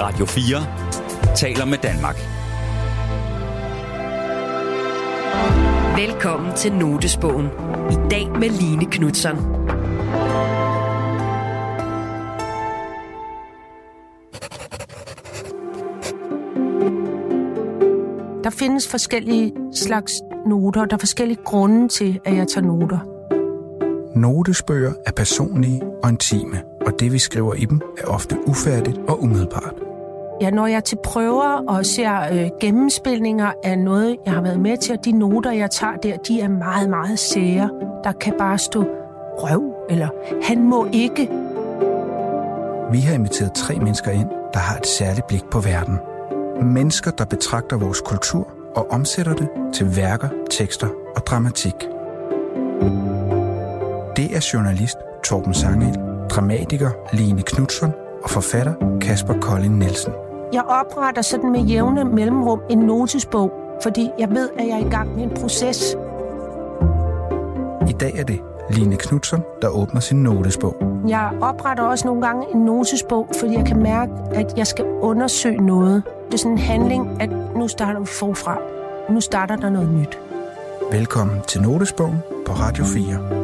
Radio 4 taler med Danmark. Velkommen til Notesbogen. I dag med Line Knutzon. Der findes forskellige slags noter. Der er forskellige grunde til, at jeg tager noter. Notesbøger er personlige og intime, og det vi skriver i dem er ofte ufærdigt og umiddelbart. Ja, når jeg er til prøver og ser gennemspilninger af noget, jeg har været med til, og de noter, jeg tager der, de er meget, meget sære. Der kan bare stå røv, eller han må ikke. Vi har inviteret 3 mennesker ind, der har et særligt blik på verden. Mennesker, der betragter vores kultur og omsætter det til værker, tekster og dramatik. Det er journalist Torben Sangel, dramatiker Line Knutzon og forfatter Kasper Kolding Nielsen. Jeg opretter sådan med jævne mellemrum en notesbog, fordi jeg ved, at jeg er i gang med en proces. I dag er det Line Knutzon, der åbner sin notesbog. Jeg opretter også nogle gange en notesbog, fordi jeg kan mærke, at jeg skal undersøge noget. Det er sådan en handling, at nu starter vi forfra. Nu starter der noget nyt. Velkommen til Notesbogen på Radio 4.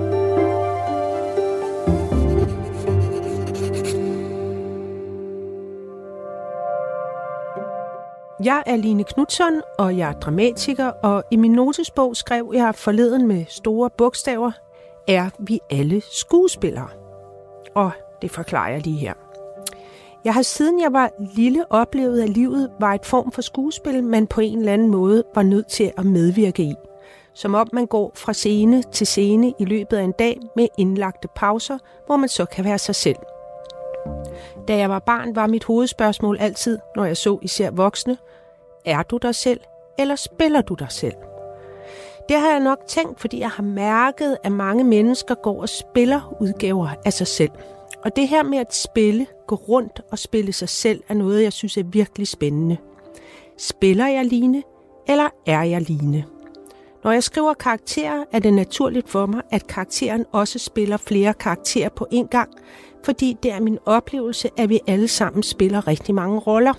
Jeg er Line Knutzon, og jeg er dramatiker, og i min notesbog skrev jeg forleden med store bogstaver, er vi alle skuespillere? Og det forklarer jeg lige her. Jeg har siden jeg var lille oplevet, at livet var et form for skuespil, man på en eller anden måde var nødt til at medvirke i. Som om man går fra scene til scene i løbet af en dag med indlagte pauser, hvor man så kan være sig selv. Da jeg var barn, var mit hovedspørgsmål altid, når jeg så især voksne, er du dig selv, eller spiller du dig selv? Det har jeg nok tænkt, fordi jeg har mærket, at mange mennesker går og spiller udgaver af sig selv. Og det her med at spille, gå rundt og spille sig selv, er noget, jeg synes er virkelig spændende. Spiller jeg Line, eller er jeg Line? Når jeg skriver karakterer, er det naturligt for mig, at karakteren også spiller flere karakterer på én gang, fordi det er min oplevelse, at vi alle sammen spiller rigtig mange roller.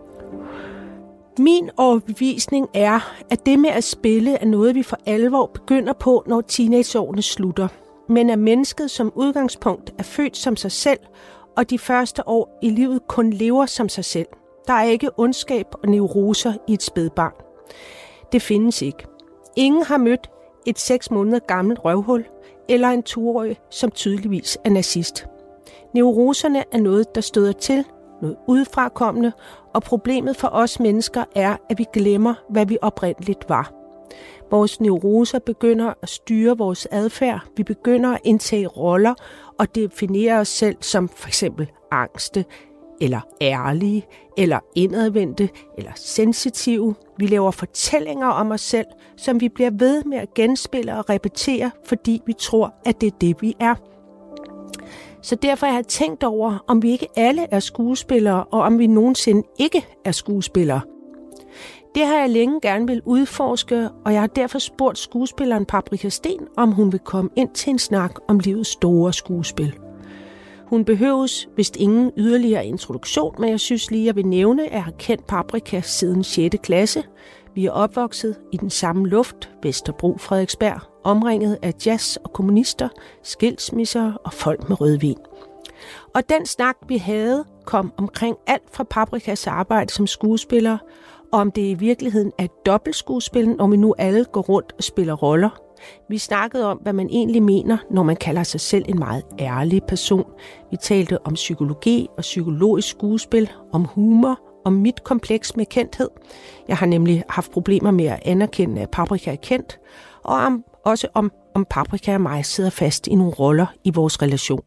Min overbevisning er, at det med at spille er noget, vi for alvor begynder på, når teenageårene slutter. Men at mennesket som udgangspunkt er født som sig selv, og de første år i livet kun lever som sig selv. Der er ikke ondskab og neuroser i et spædbarn. Det findes ikke. Ingen har mødt et 6 måneder gammelt røvhul, eller en 2-årig, som tydeligvis er nazist. Neuroserne er noget, der støder til, noget udefrakommende, og problemet for os mennesker er, at vi glemmer, hvad vi oprindeligt var. Vores neuroser begynder at styre vores adfærd. Vi begynder at indtage roller og definere os selv som for eksempel angste, eller ærlige, eller indadvendte, eller sensitive. Vi laver fortællinger om os selv, som vi bliver ved med at genspille og repetere, fordi vi tror, at det er det, vi er. Så derfor har jeg tænkt over, om vi ikke alle er skuespillere, og om vi nogensinde ikke er skuespillere. Det har jeg længe gerne vil udforske, og jeg har derfor spurgt skuespilleren Paprika Steen, om hun vil komme ind til en snak om livets store skuespil. Hun behøves vist ingen yderligere introduktion, men jeg synes lige, jeg vil nævne, at jeg har kendt Paprika siden 6. klasse. Vi er opvokset i den samme luft, Vesterbro, Frederiksberg, omringet af jazz og kommunister, skilsmisser og folk med rødvin. Og den snak, vi havde, kom omkring alt fra Paprikas arbejde som skuespiller, og om det i virkeligheden er et dobbeltskuespil, når vi nu alle går rundt og spiller roller. Vi snakkede om, hvad man egentlig mener, når man kalder sig selv en meget ærlig person. Vi talte om psykologi og psykologisk skuespil, om humor, om mit kompleks med kendthed. Jeg har nemlig haft problemer med at anerkende, at Paprika er kendt, og også om Paprika og mig sidder fast i nogle roller i vores relation.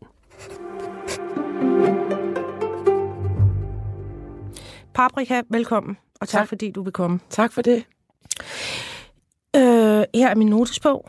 Paprika, velkommen, og tak fordi du vil komme. Tak for det. Her er min notesbog,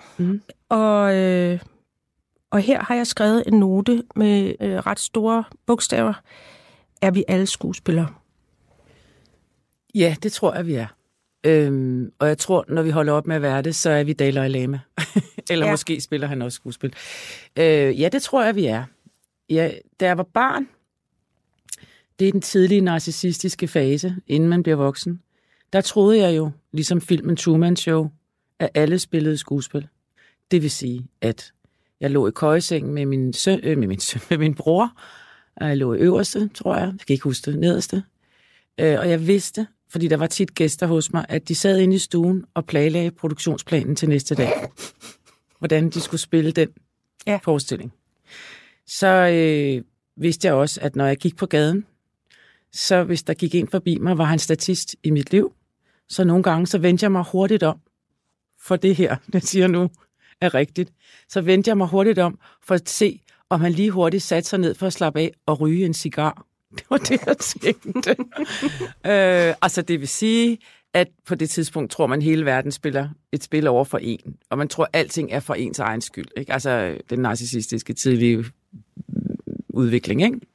og her har jeg skrevet en note med ret store bogstaver. Er vi alle skuespillere? Ja, det tror jeg, vi er. Og jeg tror, når vi holder op med at være det, så er vi Dalai Lama. Eller måske spiller han også skuespil. Ja, det tror jeg, vi er. Ja, da jeg var barn, det er den tidlige narcissistiske fase, inden man bliver voksen. Der troede jeg jo, ligesom filmen Truman Show, at alle spillede skuespil. Det vil sige, at jeg lå i køjesengen med min bror, og jeg lå i øverste, tror jeg kan ikke huske det, nederste. Og jeg vidste, fordi der var tit gæster hos mig, at de sad inde i stuen og planlagde produktionsplanen til næste dag. Hvordan de skulle spille den forestilling. Så vidste jeg også, at når jeg gik på gaden, så hvis der gik en forbi mig, var han statist i mit liv. Så nogle gange, så vendte jeg mig hurtigt om, for det her, det siger nu, er rigtigt. Så vendte jeg mig hurtigt om, for at se, om han lige hurtigt satte sig ned for at slappe af og ryge en cigar. Det var det, jeg tænkte. Altså, det vil sige, at på det tidspunkt tror man, at hele verden spiller et spil over for en. Og man tror, at alting er for ens egen skyld. Ikke? Altså, den narcissistiske tidlige udvikling, ikke?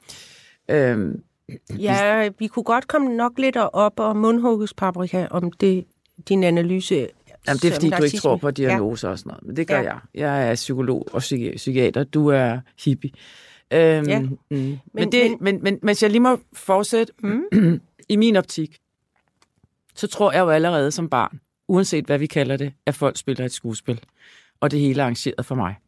Ja, vi kunne godt komme nok lidt op og mundhugges, Paprika, om det, din analyse. Jamen, det er, fordi du ikke tror på diagnoser og sådan noget. Men det gør jeg. Jeg er psykolog og psykiater. Du er hippie. Men hvis jeg lige må fortsætte, i min optik, så tror jeg jo allerede som barn, uanset hvad vi kalder det, at folk spiller et skuespil. Og det hele er arrangeret for mig.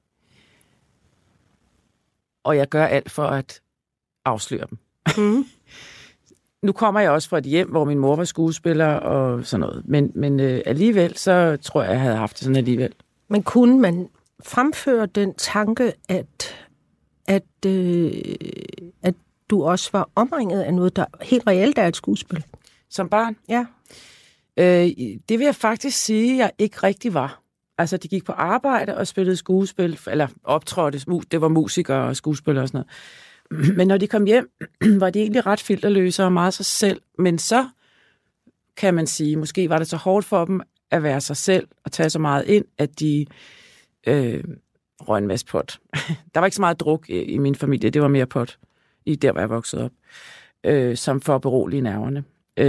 Og jeg gør alt for at afsløre dem. Nu kommer jeg også fra et hjem, hvor min mor var skuespiller og sådan noget. Men alligevel, så tror jeg havde haft det sådan alligevel. Men kunne man fremføre den tanke, at du også var omringet af noget, der helt reelt er et skuespil? Som barn? Ja. Det vil jeg faktisk sige, at jeg ikke rigtig var. Altså, de gik på arbejde og spillede skuespil, eller optrådte, det var musikere og skuespillere og sådan noget. Men når de kom hjem, var de egentlig ret filterløse og meget sig selv. Men så kan man sige, måske var det så hårdt for dem at være sig selv og tage så meget ind, at de røg en masse pot. Der var ikke så meget druk i min familie, det var mere pot, der hvor jeg voksede op, som for at berolige nerverne.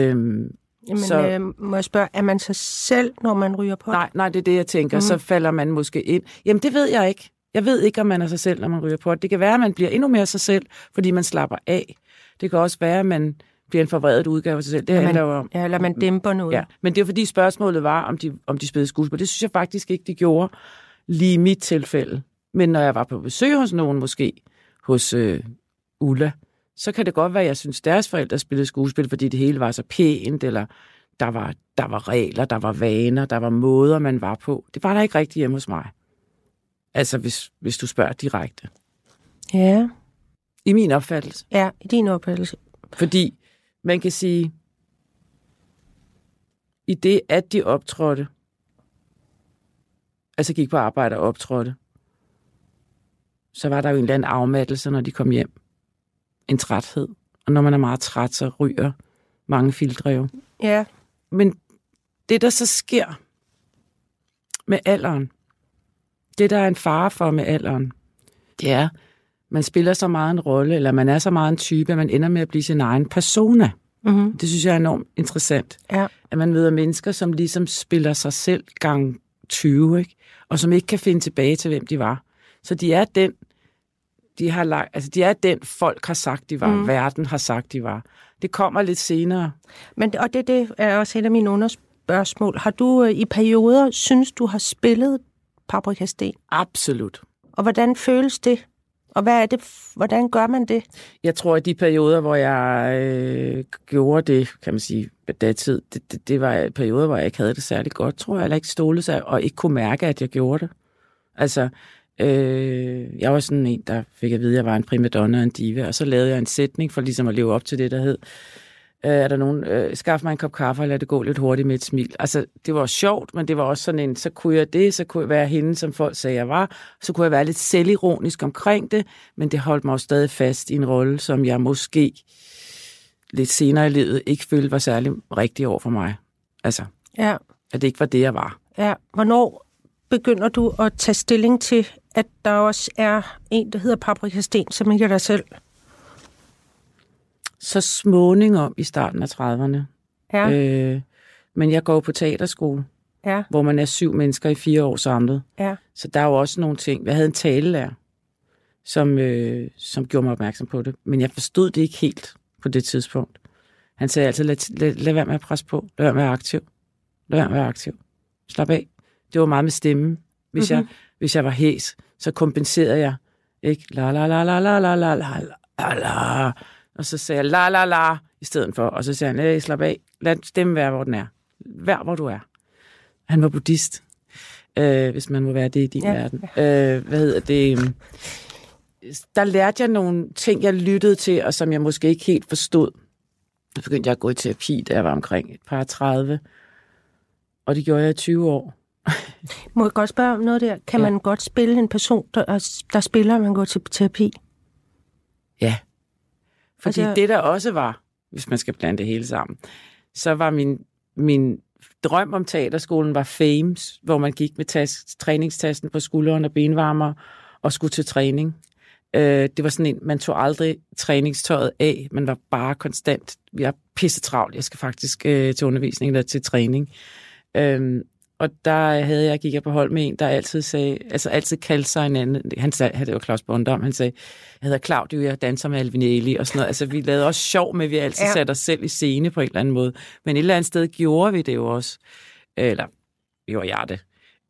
Må jeg spørge, er man sig selv, når man ryger pot? Nej, det er det, jeg tænker. Så falder man måske ind. Jamen, det ved jeg ikke. Jeg ved ikke, om man er sig selv, når man ryger pot. Det kan være, at man bliver endnu mere sig selv, fordi man slapper af. Det kan også være, at man bliver en forvredet udgave af sig selv. Det handler jo om. Ja, eller man dæmper noget. Ja, men det er fordi spørgsmålet var, om de spillede skuespil. Det synes jeg faktisk ikke, de gjorde lige i mit tilfælde. Men når jeg var på besøg hos nogen, måske hos Ulla, så kan det godt være, at jeg synes, deres forældre spillede skuespil, fordi det hele var så pænt, eller der var regler, der var vaner, der var måder, man var på. Det var der ikke rigtigt hjemme hos mig. Altså, hvis du spørger direkte. Ja. I min opfattelse. Ja, i din opfattelse. Fordi man kan sige, i det, at de optrådte, altså gik på arbejde og optrådte, så var der jo en eller anden afmattelse, når de kom hjem. En træthed. Og når man er meget træt, så ryger mange filtre jo. Ja. Men det, der så sker med alderen, det, der er en fare for med alderen, det er, man spiller så meget en rolle, eller man er så meget en type, at man ender med at blive sin egen persona. Mm-hmm. Det synes jeg er enormt interessant. Ja. At man møder mennesker, som ligesom spiller sig selv gang 20, ikke? Og som ikke kan finde tilbage til, hvem de var. Så de er den, de er den folk har sagt, de var. Verden har sagt, de var. Det kommer lidt senere. Og det er også et af mine underspørgsmål. Har du i perioder, synes du har spillet Paprika Steen? Absolut. Og hvordan føles det? Og hvad er det? Hvordan gør man det? Jeg tror, at de perioder, hvor jeg gjorde det, kan man sige, på datid, det var perioder, hvor jeg ikke havde det særlig godt, tror jeg, eller ikke stolede sig, og ikke kunne mærke, at jeg gjorde det. Altså, jeg var sådan en, der fik at vide, at jeg var en primadonna og en diva, og så lavede jeg en sætning for ligesom at leve op til det, der hed, er der nogen, skaff mig en kop kaffe og lad det gå lidt hurtigt med et smil. Altså, det var sjovt, men det var også sådan en, så kunne jeg det, så kunne jeg være hende, som folk sagde, jeg var, så kunne jeg være lidt selvironisk omkring det, men det holdt mig jo stadig fast i en rolle, som jeg måske lidt senere i livet ikke følte var særlig rigtig over for mig. Altså, at det ikke var det, jeg var. Ja, hvornår begynder du at tage stilling til, at der også er en, der hedder Paprika Steen, som ikke er dig selv? Så småningom i starten af 30'erne. Ja. Men jeg går på teaterskole, hvor man er 7 mennesker i 4 år samlet. Ja. Så der er jo også nogle ting. Jeg havde en talelærer, som gjorde mig opmærksom på det. Men jeg forstod det ikke helt. på det tidspunkt. Han sagde altid, lad være med at presse på. Lad være med at være aktiv. Lad være med at være aktiv. Slap af. Det var meget med stemmen. Hvis jeg var hæs, så kompenserede jeg. Ikke? La la la la la la la la la la. Og så sagde jeg la la la i stedet for. Og så sagde han, slap af. Lad stemmen være, hvor den er. Vær, hvor du er. Han var buddhist. Hvis man må være det i din verden. Der lærte jeg nogle ting, jeg lyttede til, og som jeg måske ikke helt forstod. Så begyndte jeg at gå i terapi, da jeg var omkring et par 30. Og det gjorde jeg i 20 år. Må jeg godt spørge om noget der? Kan man godt spille en person, der spiller, at man går til terapi? Ja. Fordi det der også var, hvis man skal blande det hele sammen, så var min drøm om teaterskolen var Fames, hvor man gik med træningstasten på skulderen og benvarmer og skulle til træning. Det var sådan en, man tog aldrig træningstøjet af, man var bare konstant. Jeg er pissetravlt, jeg skal faktisk til undervisning eller til træning. Og der gik jeg på hold med en, der altid sagde, altså altid kaldte sig en anden. Han sagde, det var Claus Bondam, han sagde, jeg hedder Claudio, jeg danser med Alvinelli og sådan noget. Altså vi lavede også sjov med, at vi altid satte os selv i scene på en eller anden måde. Men et eller andet sted gjorde vi det jo også. Eller gjorde jeg det.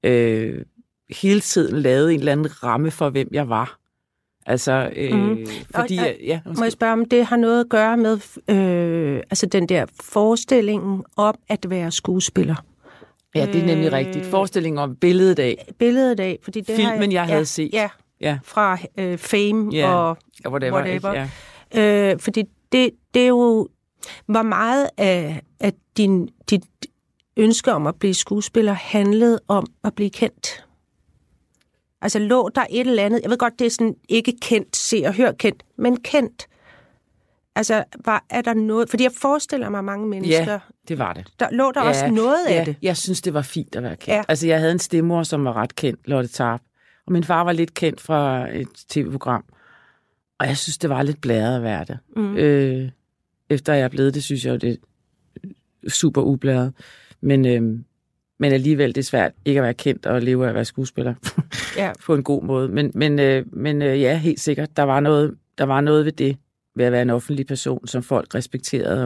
Hele tiden lavede en eller anden ramme for, hvem jeg var. Altså, fordi... må jeg spørge, om det har noget at gøre med altså den der forestillingen om at være skuespiller? Ja, det er nemlig rigtigt. Forestillingen om billedet af. Billedet af, fordi det filmen, jeg havde set. Ja, fra Fame og whatever. Ja. Fordi det er jo... Hvor meget af dit ønske om at blive skuespiller handlede om at blive kendt? Altså lå der et eller andet... Jeg ved godt, det er sådan ikke kendt, se og hør kendt, men kendt. Altså, er der noget... Fordi jeg forestiller mig mange mennesker... Ja, det var det. Lå der også noget af det? Jeg synes, det var fint at være kendt. Ja. Altså, jeg havde en stemmor, som var ret kendt, Lotte Tarp. Og min far var lidt kendt fra et tv-program. Og jeg synes, det var lidt blæret at være det. Efter jeg er blevet det, synes jeg jo, det er super ublæret. Men alligevel, det er svært ikke at være kendt og leve af at være skuespiller på en god måde. Men ja, helt sikkert, der var noget ved det, ved at være en offentlig person, som folk respekterede og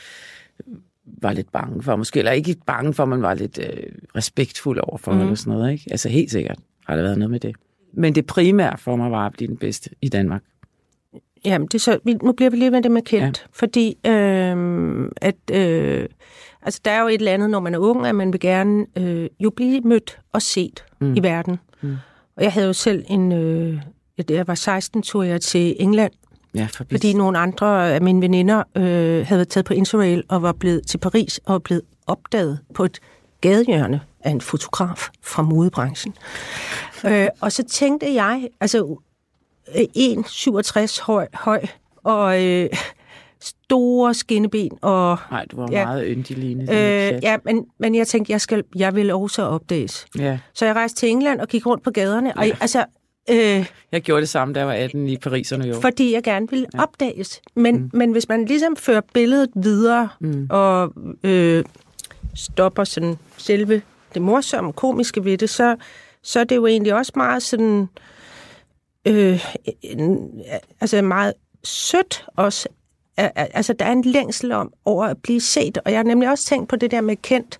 var lidt bange for. Måske, eller ikke bange for, man var lidt respektfuld overfor eller sådan noget. Ikke? Altså helt sikkert har der været noget med det. Men det primære for mig var at blive den bedste i Danmark. Jamen, nu bliver vi lige med det med kendt. Fordi altså, der er jo et eller andet, når man er ung, at man vil gerne jo blive mødt og set i verden. Og jeg havde jo selv da jeg var 16, tog jeg til England. Ja, fordi nogle andre af mine veninder havde taget på Interrail og var blevet til Paris og var blevet opdaget på et gadehjørne af en fotograf fra modebranchen. Og så tænkte jeg, altså 1,67 høj og store skinneben. Og, nej, du var meget yndig, Line. Men jeg tænkte, jeg vil også opdages. Ja. Så jeg rejste til England og gik rundt på gaderne. Og altså... jeg gjorde det samme, da jeg var 18 i Paris og New York. Fordi jeg gerne ville opdages. Men hvis man ligesom fører billedet videre og stopper sådan selve det morsomme, komiske ved det, så er det jo egentlig også meget sådan altså meget sødt også. Altså der er en længsel over at blive set, og jeg har nemlig også tænkt på det der med kendt,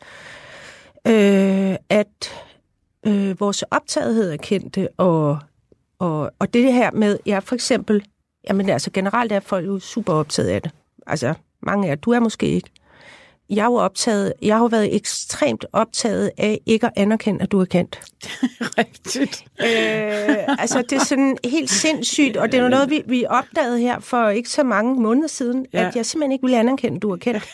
at vores optagethed er kendte, og det her med, for eksempel, jamen altså generelt er folk jo super optaget af det. Altså mange af jer, du er måske ikke. Jeg har jo været ekstremt optaget af ikke at anerkende, at du er kendt. Rigtigt. Altså det er sådan helt sindssygt, og det er jo noget, vi opdagede her for ikke så mange måneder siden, at jeg simpelthen ikke ville anerkende, at du er kendt.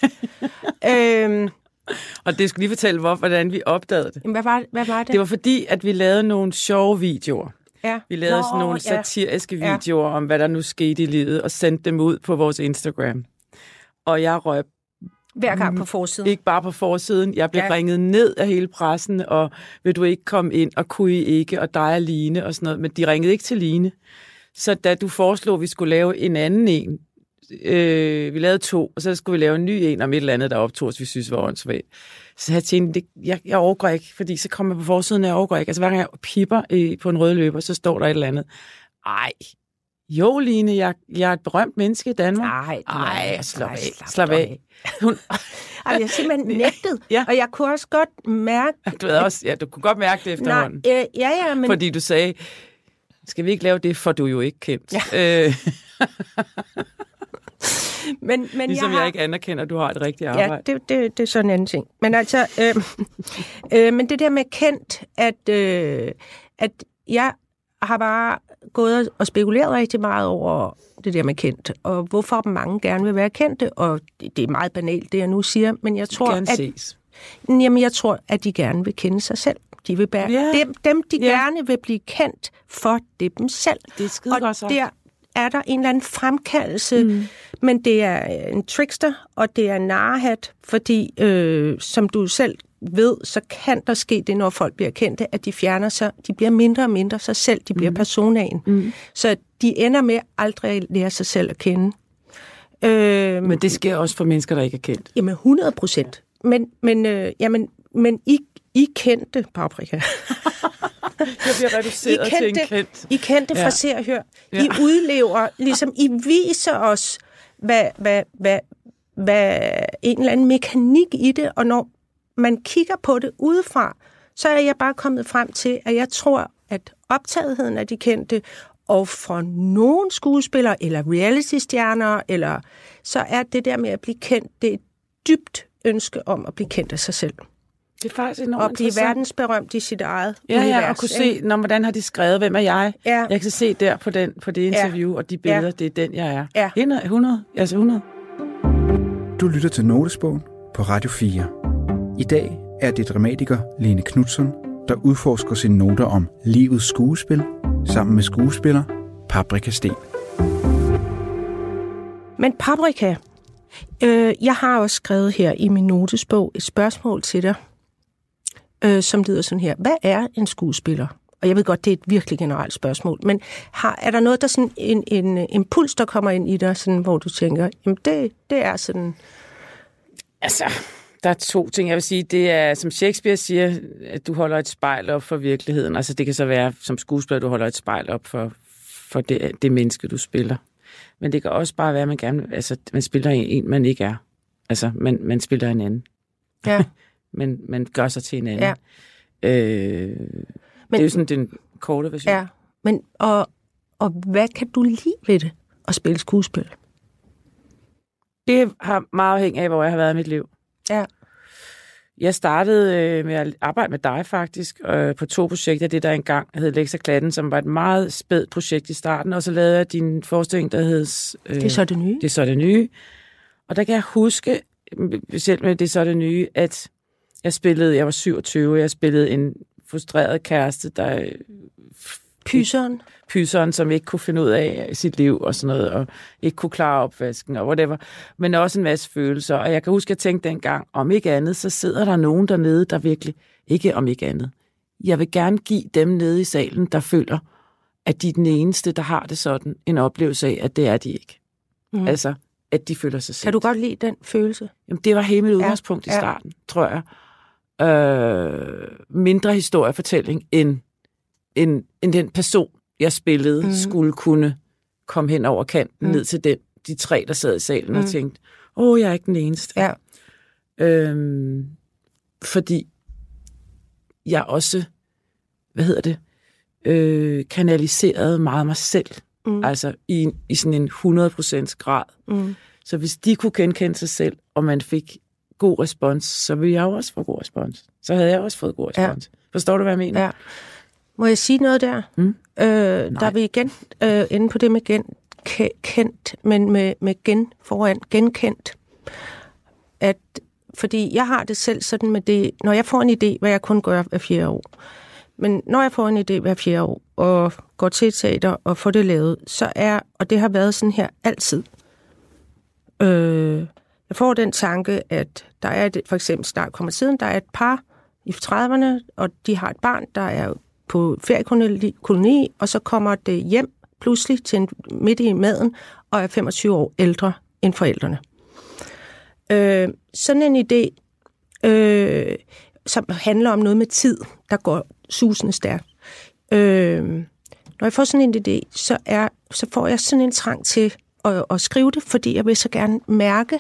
Og det skulle lige fortælle, hvordan vi opdagede det. Jamen, hvad var det? Det var fordi, at vi lavede nogle sjove videoer. Ja. Vi lavede sådan nogle satiriske videoer om, hvad der nu skete i livet, og sendte dem ud på vores Instagram. Og jeg røg hver gang på forsiden. Ikke bare på forsiden. Jeg blev ringet ned af hele pressen, og vil du ikke komme ind, og kunne I ikke, og dig og Line, og sådan noget. Men de ringede ikke til Line. Så da du foreslog, at vi skulle lave en anden en, vi lavede 2, og så skulle vi lave en ny en om et eller andet, der optog os, vi synes var åndssvagt. Så jeg tænkte, jeg overgår ikke, fordi så kommer jeg på forsiden, og jeg overgår ikke. Altså hver gang jeg pipper på en rød løber, så står der et eller andet. Ej, Jo, Line, jeg er et berømt menneske i Danmark. Nej, slap af. Jeg er simpelthen nægtet, Ja. og jeg kunne også godt mærke... Du kunne godt mærke det efterhånden. Ja, men... Fordi du sagde, skal vi ikke lave det, for du er jo ikke kendt. Ja. Men ligesom jeg ikke anerkender, at du har et rigtigt arbejde. Ja, det er sådan en anden ting. Men altså, men det der med kendt, at jeg har bare gået og spekuleret rigtig meget over det der med kendt, og hvorfor mange gerne vil være kendte, og det er meget banalt, det jeg nu siger, men jeg tror, jeg tror, at de gerne vil kende sig selv. De vil være dem, de gerne vil blive kendt for dem selv. Det er skide godt sagt. Der er der en eller anden fremkaldelse, men det er en trickster, og det er en narrehat, fordi som du selv ved, så kan der ske det, når folk bliver kendte, at de fjerner sig, de bliver mindre og mindre sig selv, de bliver personaen. Så de ender med aldrig at lære sig selv at kende. Men det sker også for mennesker, der ikke er kendt. Jamen 100%. Men I kendte, Paprika. Jeg bliver reduceret til en kendt. I kendte fra Se og Hør. Ja. I udlever, ligesom I viser os, hvad en eller anden mekanik i det, og når man kigger på det udefra, så er jeg bare kommet frem til, at jeg tror, at optagetheden af de kendte, og for nogle skuespillere, eller reality-stjerner, eller så er det der med at blive kendt, det er et dybt ønske om at blive kendt af sig selv. Det er faktisk enormt og blive verdensberømt i sit eget univers. Ja, og kunne se, hvordan har de skrevet, hvem er jeg? Ja. Jeg kan se der på det interview, og de billeder, det er den, jeg er. Ja. 100. Du lytter til Notesbogen på Radio 4. I dag er det dramatiker Line Knutzon, der udforsker sine noter om livets skuespil, sammen med skuespiller Paprika Steen. Men Paprika, jeg har også skrevet her i min notesbog et spørgsmål til dig, som lyder sådan her. Hvad er en skuespiller? Og jeg ved godt, det er et virkelig generelt spørgsmål, men er der noget, der sådan en impuls, der kommer ind i dig, sådan, hvor du tænker, jamen det er sådan... Altså, der er 2 ting, jeg vil sige. Det er, som Shakespeare siger, at du holder et spejl op for virkeligheden. Altså, det kan så være, som skuespiller, du holder et spejl op for det menneske, du spiller. Men det kan også bare være, at man spiller en, man ikke er. Altså, man spiller en anden. Ja. Men man gør sig til en anden. Ja. Det er jo sådan den korte version. Ja, men og hvad kan du lide ved det, at spille skuespil? Det har meget afhængig af, hvor jeg har været i mit liv. Ja. Jeg startede med at arbejde med dig faktisk på 2 projekter. Det der engang hed Lex og Klatten, som var et meget spædt projekt i starten. Og så lavede jeg din forestilling, der hed... Det er så det nye. Det er så det nye. Og der kan jeg huske, specielt med Det er så det nye, at jeg var 27, jeg spillede en frustreret kæreste, der... Pyseren, som ikke kunne finde ud af sit liv og sådan noget, og ikke kunne klare opvasken og whatever, men også en masse følelser. Og jeg kan huske, at jeg tænkte dengang, om ikke andet, så sidder der nogen dernede, der virkelig, ikke om ikke andet. Jeg vil gerne give dem nede i salen, der føler, at de er den eneste, der har det sådan, en oplevelse af, at det er de ikke. Mm. Altså, at de føler sig selv. Kan du godt lide den følelse? Jamen, det var hele mit udgangspunkt i starten, tror jeg. Mindre historiefortælling end den person, jeg spillede, skulle kunne komme hen over kanten, ned til de 3, der sad i salen og tænkte, jeg er ikke den eneste. Ja. Fordi jeg også, kanaliserede meget mig selv. Altså i sådan en 100% grad. Så hvis de kunne genkende sig selv, og man fik god respons, så ville jeg også få god respons. Så havde jeg også fået god respons. Ja. Forstår du, hvad jeg mener? Ja. Må jeg sige noget der? Der er vi igen inde på det med kendt, men med gen foran, genkendt. Fordi jeg har det selv sådan med det, når jeg får en idé, hvad jeg kun gør hver 4 år. Men når jeg får en idé hver 4 år, og går til et teater og får det lavet, og det har været sådan her altid. Jeg får den tanke, at der er for eksempel snart kommer tiden, der er et par i 30'erne, og de har et barn, der er på feriekoloni, og så kommer det hjem pludselig til midt i maden, og er 25 år ældre end forældrene. Sådan en idé, som handler om noget med tid, der går susende stærkt. Når jeg får sådan en idé, så får jeg sådan en trang til at skrive det, fordi jeg vil så gerne mærke,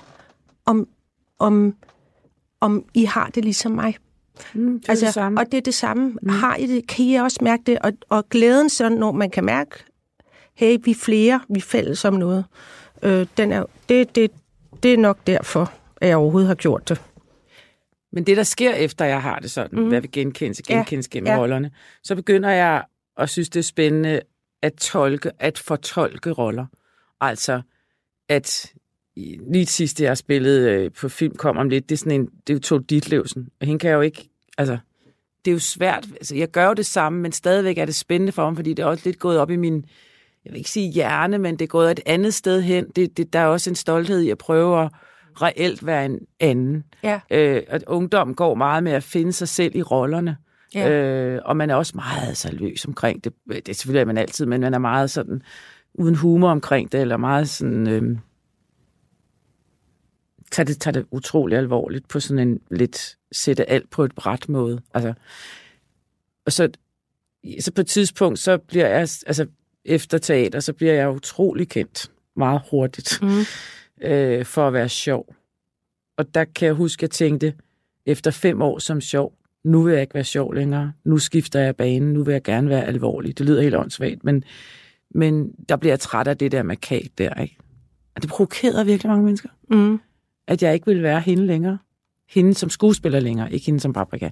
om I har det ligesom mig. Det er det samme. Og det er det samme. Har I det? Kan I også mærke det? Og glæden, så når man kan mærke, hey, vi er flere, vi er fælles om noget. Det er nok derfor, at jeg overhovedet har gjort det. Men det, der sker efter, jeg har det sådan, hvad vil genkendes gennem rollerne, så begynder jeg at synes, det er spændende at fortolke roller. Altså, at lige sidste, jeg har spillet på film, kom om lidt, det er jo Tove Ditlevsen, og hende kan jeg jo ikke, altså, det er jo svært, altså, jeg gør jo det samme, men stadigvæk er det spændende for mig, fordi det er også lidt gået op i min, jeg vil ikke sige hjerne, men det er gået et andet sted hen. Der er også en stolthed i at prøve at reelt være en anden. Ja. At ungdommen går meget med at finde sig selv i rollerne. Ja. Og man er også meget seriøs omkring det. Det er selvfølgelig man altid, men man er meget sådan uden humor omkring det, eller meget sådan tager det utroligt alvorligt på sådan en lidt sætte alt på et bræt måde. Altså, og så på et tidspunkt, så bliver jeg, altså efter teater, så bliver jeg utrolig kendt meget hurtigt for at være sjov. Og der kan jeg huske, at jeg tænkte, efter 5 år som sjov, nu vil jeg ikke være sjov længere. Nu skifter jeg banen. Nu vil jeg gerne være alvorlig. Det lyder helt åndssvagt, men der bliver jeg træt af det der makat der, ikke? Og det provokerede virkelig mange mennesker. At jeg ikke ville være hende længere. Hende som skuespiller længere, ikke hende som Paprika.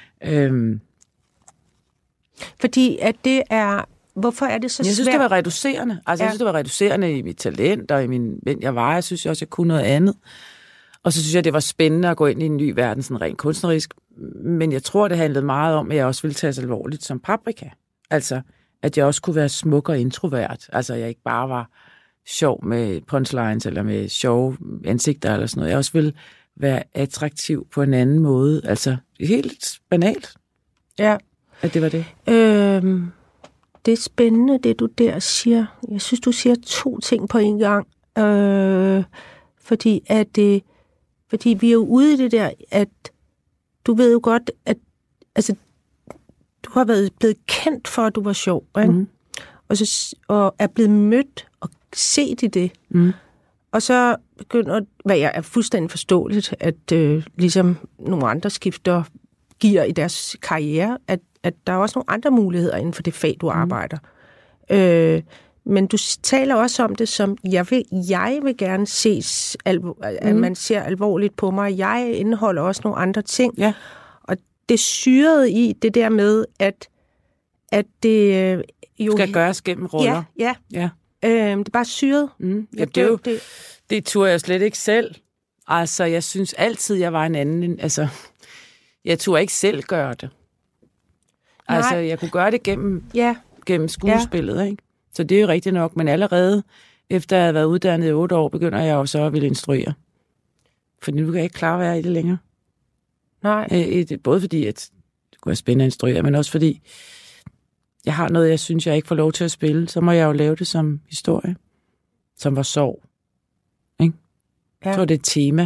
Fordi at det er... Hvorfor er det så svært? Jeg synes, det var reducerende. Altså, jeg synes, det var reducerende i mit talent og i hvem jeg var. Jeg synes også, jeg kunne noget andet. Og så synes jeg, det var spændende at gå ind i en ny verden, sådan rent kunstnerisk. Men jeg tror, det handlede meget om, at jeg også ville tages alvorligt som Paprika. Altså, at jeg også kunne være smuk og introvert. Altså, jeg ikke bare var sjov med punchlines eller med sjove ansigter eller sådan noget. Jeg også ville være attraktiv på en anden måde. Altså, helt banalt. Ja. At det var det. Det er spændende, det du der siger. Jeg synes, du siger 2 ting på en gang. Fordi vi er jo ude i det der, at du ved jo godt, at altså, du har været blevet kendt for, at du var sjov, ikke? Og er blevet mødt og set i det. Og så begynder, hvad jeg er fuldstændig forståeligt, at ligesom nogle andre skifter gear i deres karriere, at der er også nogle andre muligheder inden for det fag, du arbejder. Men du taler også om det som, jeg vil gerne ses, at man ser alvorligt på mig. Jeg indeholder også nogle andre ting. Ja. Og det syrede i det der med, at det jo... skal gøres gennem roller. Ja. Det er bare syret. Ja, det turde jeg slet ikke selv. Altså, jeg synes altid, jeg var en anden. Altså, jeg turde ikke selv gøre det. Nej. Altså, jeg kunne gøre det gennem skuespillet, ikke? Så det er jo rigtigt nok, men allerede efter jeg havde været uddannet i 8 år, begynder jeg jo så at ville instruere. For nu kan jeg ikke klare at være i det længere. Nej. Både fordi, at det kunne være spændende at instruere, men også fordi, jeg har noget, jeg synes, jeg ikke får lov til at spille, så må jeg jo lave det som historie, som var sorg. Ikke? Ja. Jeg tror, det er et tema.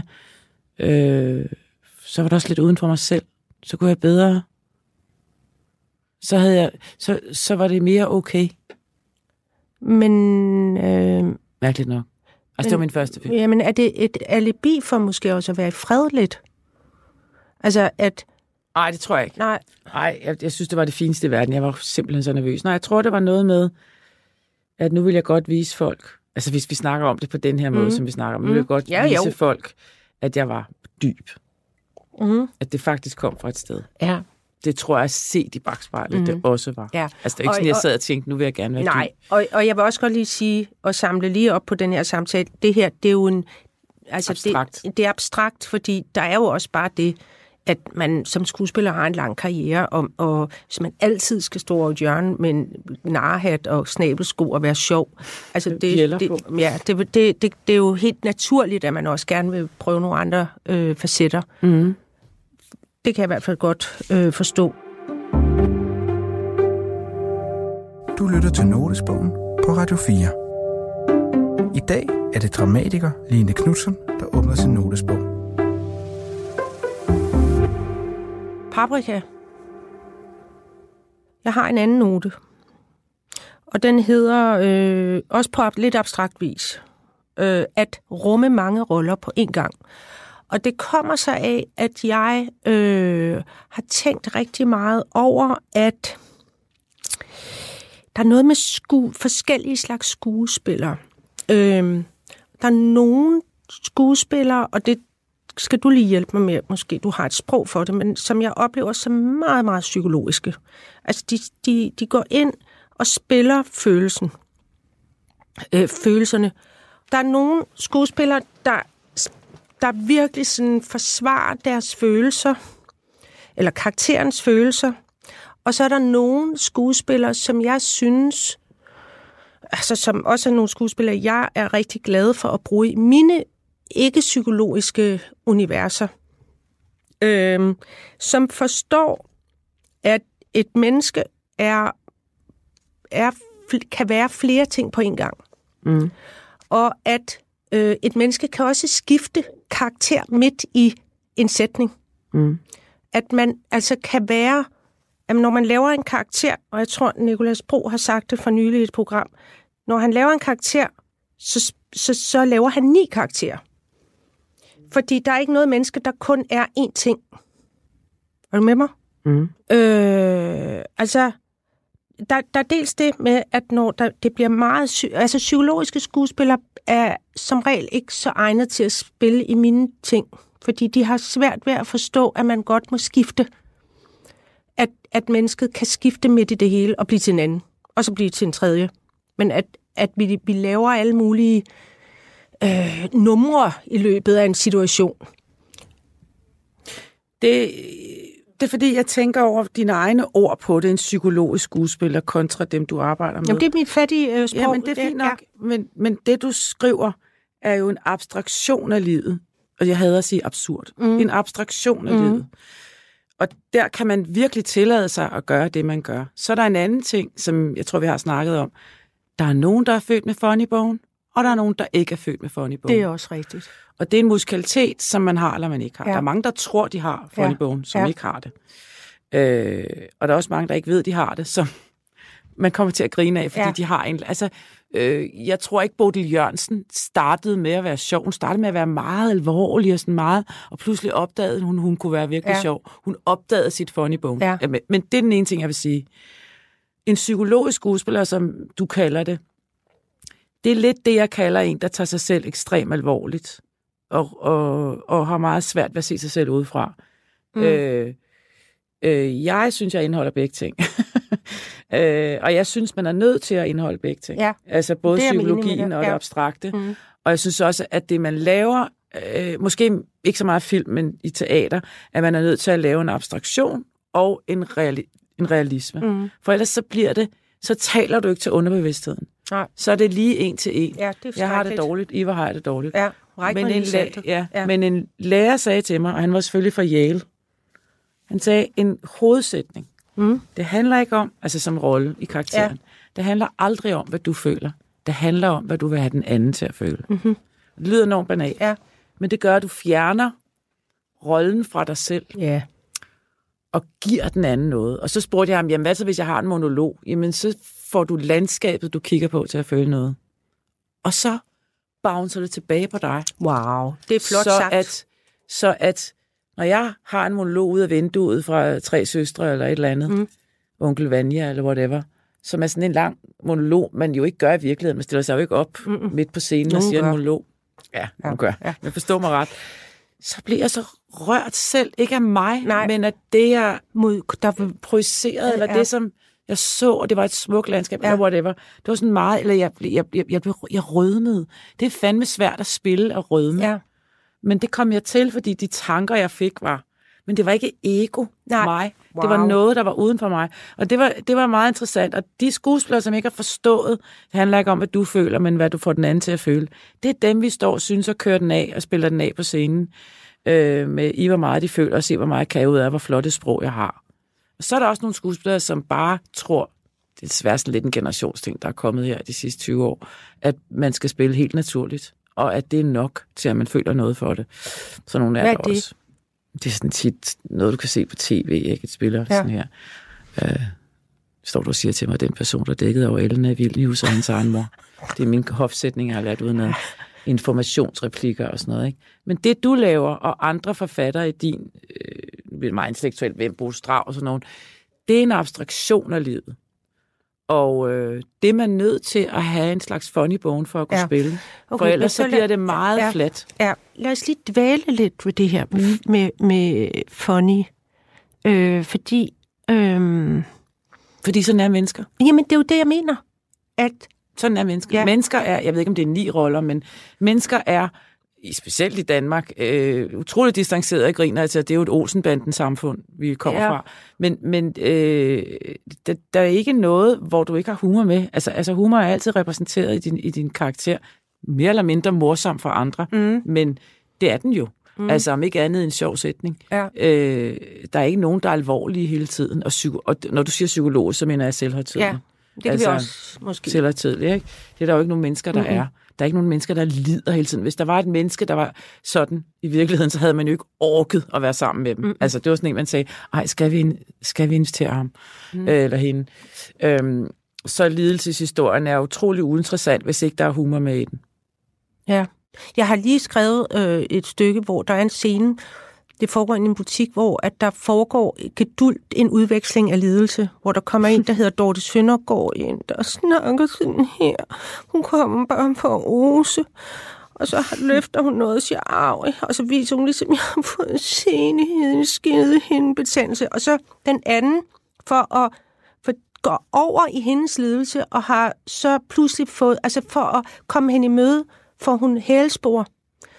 Så var det også lidt uden for mig selv. Så kunne jeg bedre... Så var det mere okay. Men... Mærkeligt nok. Altså, det var min første film. Jamen, er det et alibi for måske også at være i fred lidt? Altså, at... Nej, det tror jeg ikke. Nej, jeg synes, det var det fineste i verden. Jeg var simpelthen så nervøs. Nej, jeg tror, det var noget med, at nu vil jeg godt vise folk, altså hvis vi snakker om det på den her måde, som vi snakker om, nu vil jeg godt vise folk, at jeg var dyb. At det faktisk kom fra et sted. Ja. Det tror jeg, set i bagspejlet, det også var. Ja. Altså, det er ikke sådan, jeg sad og tænkte, nu vil jeg gerne være dyb. Nej, og jeg vil også godt lige sige, og samle lige op på den her samtale, det her, det er jo en... Altså, abstrakt. Det er abstrakt, fordi der er jo også bare det, at man som skuespiller har en lang karriere, og så man altid skal stå over et hjørne med en narrehat og snabelsko og være sjov. Altså, det er jo helt naturligt, at man også gerne vil prøve nogle andre facetter. Det kan jeg i hvert fald godt forstå. Du lytter til Notesbogen på Radio 4. I dag er det dramatiker Line Knutzon, der åbner sin notesbog. Paprika. Jeg har en anden note. Og den hedder, også på lidt abstrakt vis, at rumme mange roller på én gang. Og det kommer så af, at jeg har tænkt rigtig meget over, at der er noget med forskellige slags skuespillere. Der er nogle skuespillere, og det skal du lige hjælpe mig med, måske du har et sprog for det, men som jeg oplever som meget, meget psykologiske. Altså, de går ind og spiller følelserne. Der er nogle skuespillere, der virkelig sådan forsvarer deres følelser, eller karakterens følelser. Og så er der nogle skuespillere, som jeg synes, altså som også er nogle skuespillere, jeg er rigtig glad for at bruge i mine ikke-psykologiske universer, som forstår, at et menneske kan være flere ting på en gang. Mm. Og at et menneske kan også skifte karakter midt i en sætning. Mm. At man altså kan være, at når man laver en karakter, og jeg tror, Nicolas Bro har sagt det for nylig i et program, når han laver en karakter, så laver han 9 karakterer. Fordi der er ikke noget menneske, der kun er én ting. Er du med mig? Mm. Altså, der er dels det med, at når det bliver meget... Altså, psykologiske skuespillere er som regel ikke så egnet til at spille i mine ting. Fordi de har svært ved at forstå, at man godt må skifte. At mennesket kan skifte midt i det hele og blive til en anden. Og så blive til en tredje. Men at vi laver alle mulige numre i løbet af en situation. Det er fordi, jeg tænker over dine egne ord på det, en psykologisk skuespiller kontra dem, du arbejder med. Jamen, det er mit fattige sprog. Jamen, det er fint nok. Ja. Men det, du skriver, er jo en abstraktion af livet. Og jeg hader at sige absurd. En abstraktion af livet. Og der kan man virkelig tillade sig at gøre det, man gør. Så er der en anden ting, som jeg tror, vi har snakket om. Der er nogen, der er født med funny bone, og der er nogen, der ikke er født med funny bone. Det er også rigtigt. Og det er en musikalitet, som man har, eller man ikke har. Ja. Der er mange, der tror, de har funny bone, som ikke har det. Og der er også mange, der ikke ved, de har det, som man kommer til at grine af, fordi de har en... Altså, jeg tror ikke, Bodil Jørgensen startede med at være sjov. Hun startede med at være meget alvorlig og sådan meget, og pludselig opdagede hun kunne være virkelig sjov. Hun opdagede sit funny bone. Ja. Men det er den ene ting, jeg vil sige. En psykologisk skuespiller, som du kalder det er lidt det, jeg kalder en, der tager sig selv ekstremt alvorligt, og har meget svært ved at se sig selv udefra. Jeg synes, jeg indeholder begge ting. Og jeg synes, man er nødt til at indeholde begge ting. Ja. Altså både psykologien og det abstrakte. Mm. Og jeg synes også, at det, man laver, måske ikke så meget film, men i teater, at man er nødt til at lave en abstraktion og en realisme. Mm. For ellers så bliver det, så taler du ikke til underbevidstheden. Nej. Så er det lige en til en. Ja, jeg har det dårligt, Ivar har det dårligt. Ja, men en lærer sagde til mig, og han var selvfølgelig fra Yale, han sagde en hovedsætning. Mm. Det handler ikke om, altså som rolle i karakteren, det handler aldrig om, hvad du føler. Det handler om, hvad du vil have den anden til at føle. Mm-hmm. Det lyder enormt banalt, men det gør, at du fjerner rollen fra dig selv. Ja. Og giver den anden noget. Og så spurgte jeg ham, jamen hvad så, hvis jeg har en monolog? Jamen så får du landskabet, du kigger på, til at føle noget. Og så bouncer det tilbage på dig. Wow, det er flot sagt. Så at når jeg har en monolog ud af vinduet fra 3 søstre eller et eller andet, onkel Vanja eller whatever, som er sådan en lang monolog, man jo ikke gør i virkeligheden. Man stiller sig jo ikke op midt på scenen og siger en monolog. Ja, man gør. Ja. Jeg forstår mig ret. Så bliver jeg så rørt selv, ikke af mig, men at det, jeg der projiceret, eller det, som jeg så, og det var et smukt landskab, eller whatever. Det var sådan meget, eller jeg rødmede. Det er fandme svært at spille og rødme. Ja. Men det kom jeg til, fordi de tanker, jeg fik, var... Men det var ikke ego mig. Wow. Det var noget, der var uden for mig. Og det var meget interessant. Og de skuespillere, som ikke har forstået, det handler ikke om, hvad du føler, men hvad du får den anden til at føle. Det er dem, vi står og synes at køre den af og spiller den af på scenen. Med i, hvor meget de føler, og se, hvor meget jeg kan ud af, hvor flot et sprog jeg har. Og så er der også nogle skuespillere, som bare tror, det er desværre sådan lidt en generationsting, der er kommet her de sidste 20 år, at man skal spille helt naturligt, og at det er nok til, at man føler noget for det. Så nogle er der også. Det er sådan tit noget, du kan se på tv, ikke? Et spiller sådan her. står du og siger til mig, den person, der dækkede over Ellen af Vilnius og hans egen mor. Det er min hofsætning, jeg har lært uden af informationsreplikker og sådan noget. Ikke? Men det, du laver, og andre forfattere i din, meget intellektuelt, hvem Bo Strauss og sådan nogen, det er en abstraktion af livet. Og det er man nødt til at have en slags funny bone for at kunne spille. Okay, for ellers så bliver det meget fladt. Ja, lad os lige dvæle lidt ved det her med funny. Fordi sådan er mennesker. Jamen, det er jo det, jeg mener. Sådan er mennesker. Ja. Mennesker er, jeg ved ikke, om det er 9 roller, men mennesker er, specielt i Danmark, utroligt distanceret og griner. Altså, det er jo et Olsenbanden-samfund, vi kommer fra. Men der er ikke noget, hvor du ikke har humor med. Altså humor er altid repræsenteret i din karakter. Mere eller mindre morsom for andre. Men det er den jo. Altså om ikke andet en sjov sætning. Ja. Der er ikke nogen, der er alvorlige hele tiden. Og når du siger psykolog, så mener jeg selvhøjtidligt. Ja, det kan vi også måske. Selvhøjtidligt, ikke? Det er der jo ikke nogen mennesker, der er. Der er ikke nogen mennesker, der lider hele tiden. Hvis der var et menneske, der var sådan i virkeligheden, så havde man jo ikke orket at være sammen med dem. Altså det var sådan en, man sagde, ej, skal vi invitere ham? Eller hende. Så lidelseshistorien er utrolig uinteressant, hvis ikke der er humor med i den. Ja. Jeg har lige skrevet et stykke, hvor der er en scene, det foregår i en butik, hvor at der foregår geduldt en udveksling af lidelse, hvor der kommer en, der hedder Dorte Søndergaard ind, der snakker sådan her. Hun kommer bare for at rose, og så løfter hun noget og siger, og så viser hun ligesom, jeg har fået skedehindebetændelse. Og så den anden, for at gå over i hendes lidelse, og har så pludselig fået, altså for at komme hende i møde, får hun hælspor.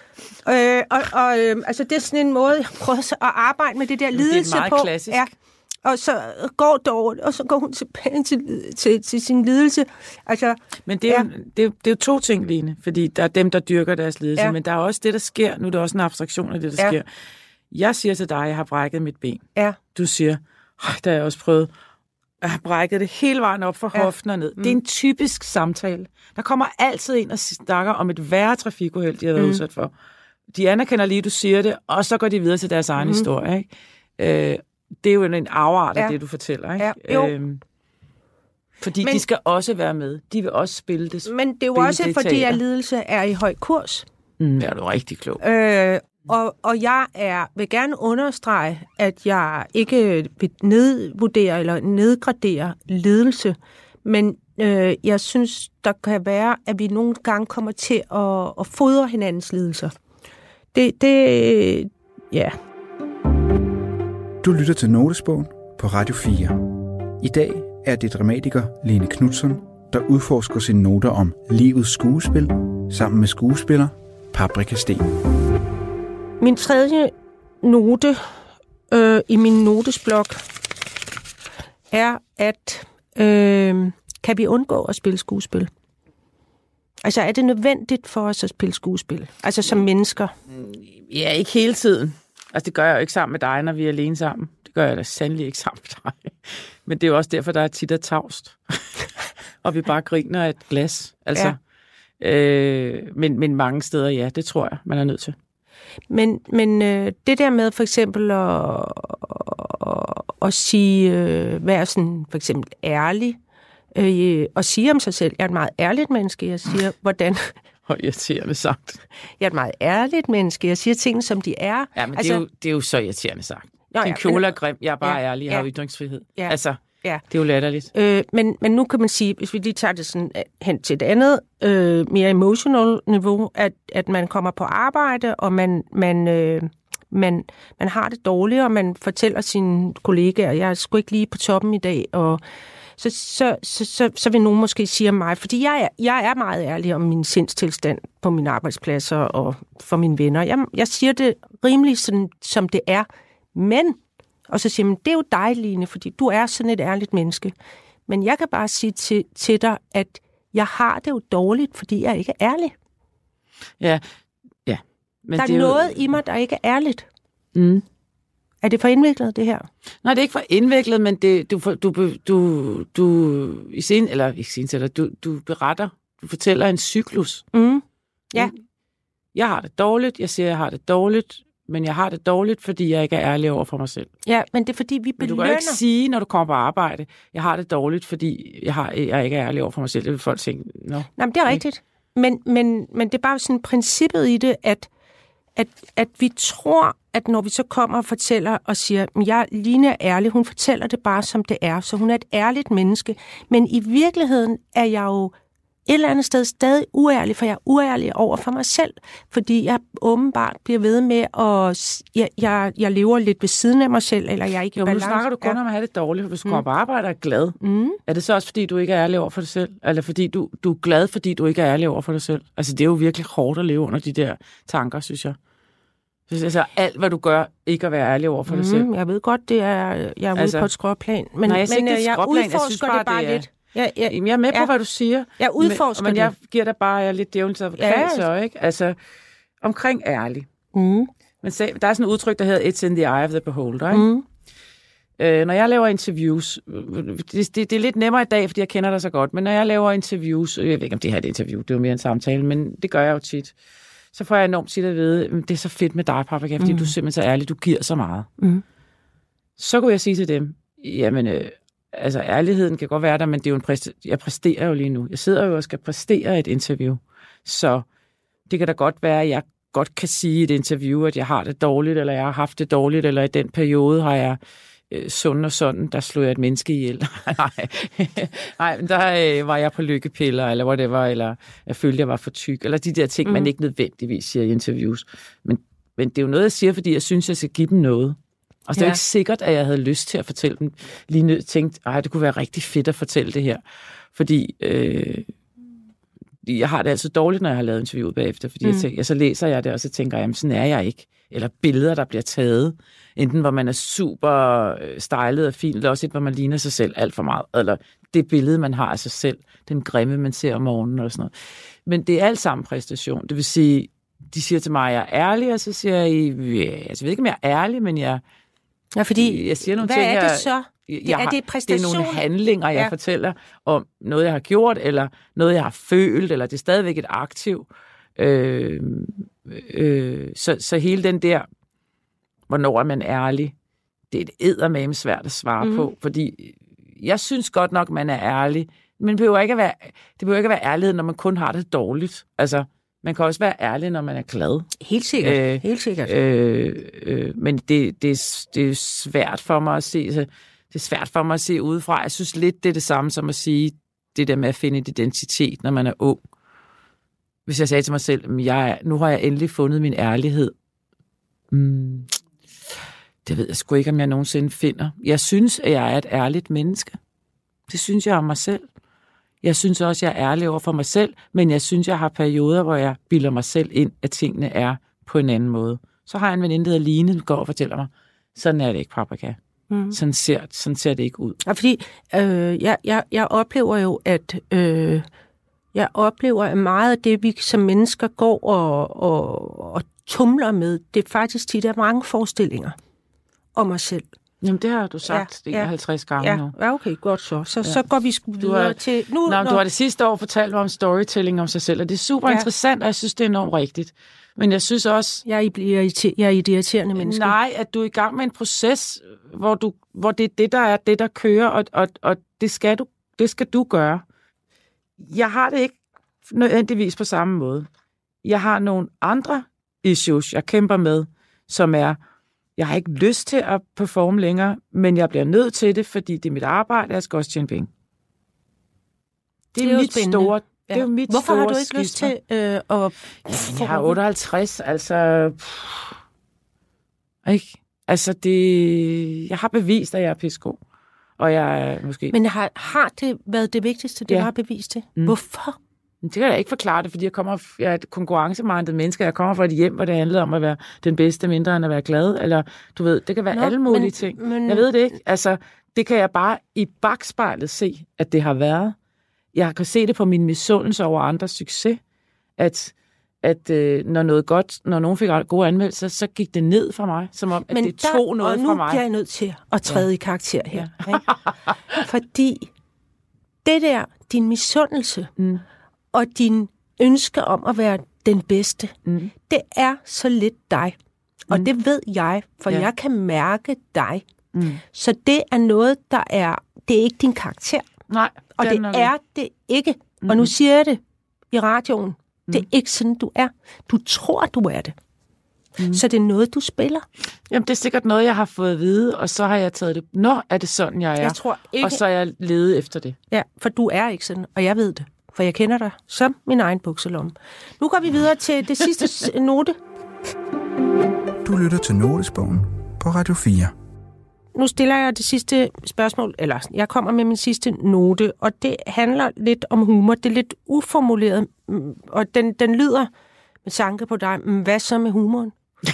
Altså det er sådan en måde, jeg prøver at arbejde med det der lidelse på. Det er meget klassisk. Ja. Og så går dårligt, og så går hun tilbage til sin lidelse. Altså, men det er jo 2 ting, Line, fordi der er dem, der dyrker deres lidelse, men der er også det, der sker. Nu er det også en abstraktion af det, der sker. Jeg siger til dig, at jeg har brækket mit ben. Ja. Du siger, der har jeg også prøvet. Jeg har brækket det hele vejen op fra hoften og ned. Det er en typisk samtale. Der kommer altid en og snakker om et værre trafikuheld, de har været udsat for. De anerkender lige, du siger det, og så går de videre til deres egen historie. Ikke? Det er jo en afart af det, du fortæller. Ikke? Ja. Fordi de skal også være med. De vil også spille det. Men det er jo også, fordi at lidelse er i høj kurs. Ja, du er rigtig klog. Og jeg vil gerne understrege, at jeg ikke vil nedvurdere eller nedgradere lidelse, men jeg synes, der kan være, at vi nogle gange kommer til at fodre hinandens lidelser. Ja. Du lytter til Notesbogen på Radio 4. I dag er det dramatiker Line Knutzon, der udforsker sine noter om livets skuespil, sammen med skuespiller Paprika Steen. Min 3. note i min notesblok er, at kan vi undgå at spille skuespil? Altså, er det nødvendigt for os at spille skuespil? Altså, som mennesker? Ja, ikke hele tiden. Altså, det gør jeg jo ikke sammen med dig, når vi er alene sammen. Det gør jeg da sandelig ikke sammen med dig. Men det er jo også derfor, der er tit og tavst. Og vi bare griner af et glas. Altså, men mange steder, ja, det tror jeg, man er nødt til. Men det der med for eksempel at sige, være sådan for eksempel ærlig, og sige om sig selv, jeg er et meget ærligt menneske, jeg siger, hvordan... Hvor irriterende sagt. Jeg er et meget ærligt menneske, jeg siger ting, som de er. Ja, men altså, det er jo så irriterende sagt. Din kjole er grim, jeg er bare ærlig, jeg har ytringsfrihed. Ja, altså, det er jo latterligt. Men nu kan man sige, hvis vi lige tager det sådan hen til et andet, mere emotional niveau, at man kommer på arbejde, og man har det dårligt, og man fortæller sine kollegaer, jeg er sgu ikke lige på toppen i dag, og så vil nogen måske sige om mig, fordi jeg er meget ærlig om min sindstilstand på mine arbejdspladser og for mine venner. Jeg siger det rimelig sådan, som det er, men, og så siger man, det er jo dig, Line, fordi du er sådan et ærligt menneske. Men jeg kan bare sige til dig, at jeg har det jo dårligt, fordi jeg ikke er ærlig. Ja. Men der er noget i mig, der ikke er ærligt. Mm. Er det for indviklet, det her? Nej, det er ikke for indviklet, men du beretter, du fortæller en cyklus. Mm. Ja. Jeg har det dårligt, jeg siger, jeg har det dårligt, men jeg har det dårligt, fordi jeg ikke er ærlig over for mig selv. Ja, men det er fordi, vi belønner... Men du kan jo ikke sige, når du kommer på arbejde, jeg har det dårligt, fordi jeg ikke er ærlig over for mig selv. Det vil folk tænke, nå. Nej, men det er rigtigt. Men det er bare sådan princippet i det, at vi tror, at når vi så kommer og fortæller og siger, Line er ærlig, hun fortæller det bare, som det er, så hun er et ærligt menneske. Men i virkeligheden er jeg jo et eller andet sted stadig uærlig, for jeg er uærlig over for mig selv, fordi jeg åbenbart bliver ved med at jeg lever lidt ved siden af mig selv, eller jeg er ikke i balance. Nu snakker du kun om at have det dårligt, for hvis du kommer på arbejde og er glad. Er det så også, fordi du ikke er ærlig over for dig selv? Eller fordi du er glad, fordi du ikke er ærlig over for dig selv? Altså, det er jo virkelig hårdt at leve under de der tanker, synes jeg. Altså, alt, hvad du gør, ikke at være ærlig over for dig selv. Jeg ved godt, jeg er ude på et skråplan. Men jeg udforsker det bare lidt. Jeg er med på, hvad du siger. Jeg udforsker men jeg giver dig bare lidt djævelens advokat, så, ikke? Altså, omkring ærlig. Men der er sådan et udtryk, der hedder It's in the eye of the beholder, ikke? Når jeg laver interviews, det er lidt nemmere i dag, fordi jeg kender dig så godt, men når jeg laver interviews, jeg ved ikke, om det her er et interview, det er jo mere en samtale, men det gør jeg jo tit, så får jeg enormt tit at vide, det er så fedt med dig, Paprika, fordi du er simpelthen så ærlig, du giver så meget. Så kunne jeg sige til dem, jamen... Altså, ærligheden kan godt være der, men det er jo jeg præsterer jo lige nu. Jeg sidder jo og skal præstere et interview. Så det kan da godt være, at jeg godt kan sige i et interview, at jeg har det dårligt, eller jeg har haft det dårligt, eller i den periode har jeg sådan og sådan, der slog jeg et menneske ihjel. Nej, men der var jeg på lykkepiller, eller whatever, eller jeg følte, jeg var for tyk, eller de der ting, man ikke nødvendigvis siger i interviews. Men det er jo noget, jeg siger, fordi jeg synes, jeg skal give dem noget. Og det er jo ikke sikkert, at jeg havde lyst til at fortælle dem. Lige tænkte, det kunne være rigtig fedt at fortælle det her. Fordi jeg har det altid dårligt, når jeg har lavet interviewet bagefter. Fordi så læser jeg det, og så tænker jeg, sådan er jeg ikke. Eller billeder, der bliver taget. Enten hvor man er super stylet og fint, eller også et, hvor man ligner sig selv alt for meget. Eller det billede, man har af sig selv. Den grimme, man ser om morgenen og sådan noget. Men det er alt sammen præstation. Det vil sige, de siger til mig, at jeg er ærlig, og så siger jeg, jeg ved ikke, om jeg er ærlig, men jeg... Ja, fordi, jeg siger nogle hvad ting, er det så? Er det præstation? Det er nogle handlinger, jeg fortæller om noget, jeg har gjort, eller noget, jeg har følt, eller det er stadigvæk et aktiv. Så hele den der, hvornår er man ærlig, det er et eddermame svært at svare på, fordi jeg synes godt nok, man er ærlig, men det behøver ikke at være ærlighed, når man kun har det dårligt. Altså, man kan også være ærlig, når man er glad. Helt sikkert. Helt sikkert. Men det er svært for mig at se. Det er svært for mig at se udefra. Jeg synes lidt, det er det samme som at sige, det der med at finde et identitet, når man er ung. Hvis jeg sagde til mig selv, nu har jeg endelig fundet min ærlighed. Det ved jeg sgu ikke, om jeg nogensinde finder. Jeg synes, at jeg er et ærligt menneske. Det synes jeg om mig selv. Jeg synes også, jeg er ærlig over for mig selv, men jeg synes, jeg har perioder, hvor jeg bilder mig selv ind, at tingene er på en anden måde. Så har jeg en veninde, der hedder Line, der går og fortæller mig, sådan er det ikke, Paprika. Sådan ser det ikke ud. Ja, fordi jeg oplever jo, at at meget af det, vi som mennesker går og tumler med, det er faktisk tit, der er mange forestillinger om os selv. Jamen, det har du sagt 50 gange nu. Ja, okay, godt så. Så går vi videre til... Du har det sidste år fortalt mig om storytelling om sig selv, og det er super interessant, og jeg synes, det er enormt rigtigt. Men jeg synes også... Jeg er et irriterende menneske. Nej, at du er i gang med en proces, hvor det er det, der kører, og det skal du gøre. Jeg har det ikke nødvendigvis på samme måde. Jeg har nogle andre issues, jeg kæmper med, som er... Jeg har ikke lyst til at performe længere, men jeg bliver nødt til det, fordi det er mit arbejde, og jeg skal også tjene penge. Det er mit spændende. Store... Ja. Det er jo mit Hvorfor store har du ikke lyst til at... Jeg har 58, altså... Ikke? Altså, jeg har bevist, at jeg er pissegod. Og jeg er måske... Men har det været det vigtigste, du har bevist det? Hvorfor? Det kan jeg ikke forklare det, fordi jeg er et konkurrencemindet menneske. Jeg kommer fra et hjem, hvor det handlede om at være den bedste, mindre end at være glad. Eller, du ved, det kan være alle mulige ting. Jeg ved det ikke. Altså, det kan jeg bare i bagspejlet se, at det har været. Jeg kan se det på min misundelse over andres succes, at når nogen fik gode anmeldelser, så gik det ned for mig, som om, at det tog noget fra mig. Og nu bliver jeg nødt til at træde i karakter her. Ja. Ikke? Fordi det der, din misundelse... og din ønske om at være den bedste, det er så lidt dig. Og det ved jeg, for jeg kan mærke dig. Så det er noget, det er ikke din karakter. Nej. Og det er det ikke. Og nu siger jeg det i radioen. Det er ikke sådan, du er. Du tror, du er det. Så det er noget, du spiller. Jamen, det er sikkert noget, jeg har fået at vide, og så har jeg taget det. Nå, er det sådan, jeg er? Jeg tror ikke. Og så er jeg ledet efter det. Ja, for du er ikke sådan, og jeg ved det. For jeg kender dig som min egen bukselomme. Nu går vi videre til det sidste note. Du lytter til Notesbogen på Radio 4. Nu stiller jeg det sidste spørgsmål, eller jeg kommer med min sidste note, og det handler lidt om humor. Det er lidt uformuleret, og den lyder med tanke på dig. Hvad så med humoren?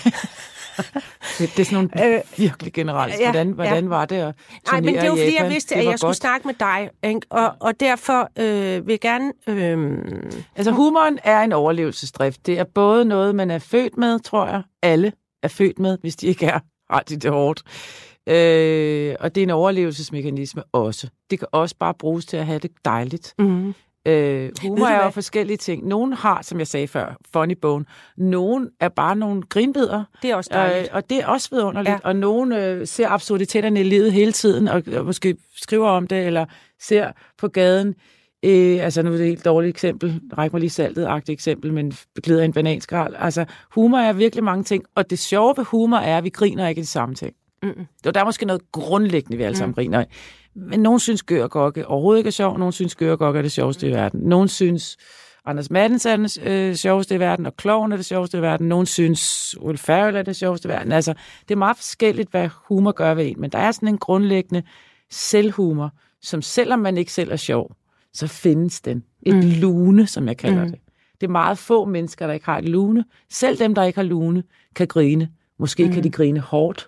Det er sådan nogle virkelig generelt. Hvordan var det at turnere i Japan? Nej, men det var fordi, jeg vidste, at jeg skulle snakke med dig, ikke? Og derfor vil jeg gerne... Altså, humoren er en overlevelsesdrift. Det er både noget, man er født med, tror jeg. Alle er født med, hvis de ikke er ret i det hårdt. Og det er en overlevelsesmekanisme også. Det kan også bare bruges til at have det dejligt. Mm. Humor er jo forskellige ting. Nogle har, som jeg sagde før, funny bone. Nogle er bare nogle grinbidder. Det er også dejligt. Og det er også vidunderligt. Ja. Og nogle ser absurditeterne i livet hele tiden, og måske skriver om det, eller ser på gaden. Altså nu er det et helt dårligt eksempel. Ræk mig lige saltet-agtigt eksempel, men beklæder en bananskrald. Altså humor er virkelig mange ting. Og det sjove ved humor er, at vi griner ikke de samme ting. Der er måske noget grundlæggende, vi alle sammen griner af. Men nogen synes Gør og Gokke overhovedet ikke er sjov. Nogen synes Gør og Gokke er det sjoveste i verden. Nogen synes Anders Maddens er det sjoveste i verden, og Kloven er det sjoveste i verden. Nogen synes Will Ferrell er det sjoveste i verden. Altså, det er meget forskelligt, hvad humor gør ved en. Men der er sådan en grundlæggende selvhumor, som selvom man ikke selv er sjov, så findes den. Et lune, som jeg kalder det. Det er meget få mennesker, der ikke har et lune. Selv dem, der ikke har lune, kan grine. Måske kan de grine hårdt.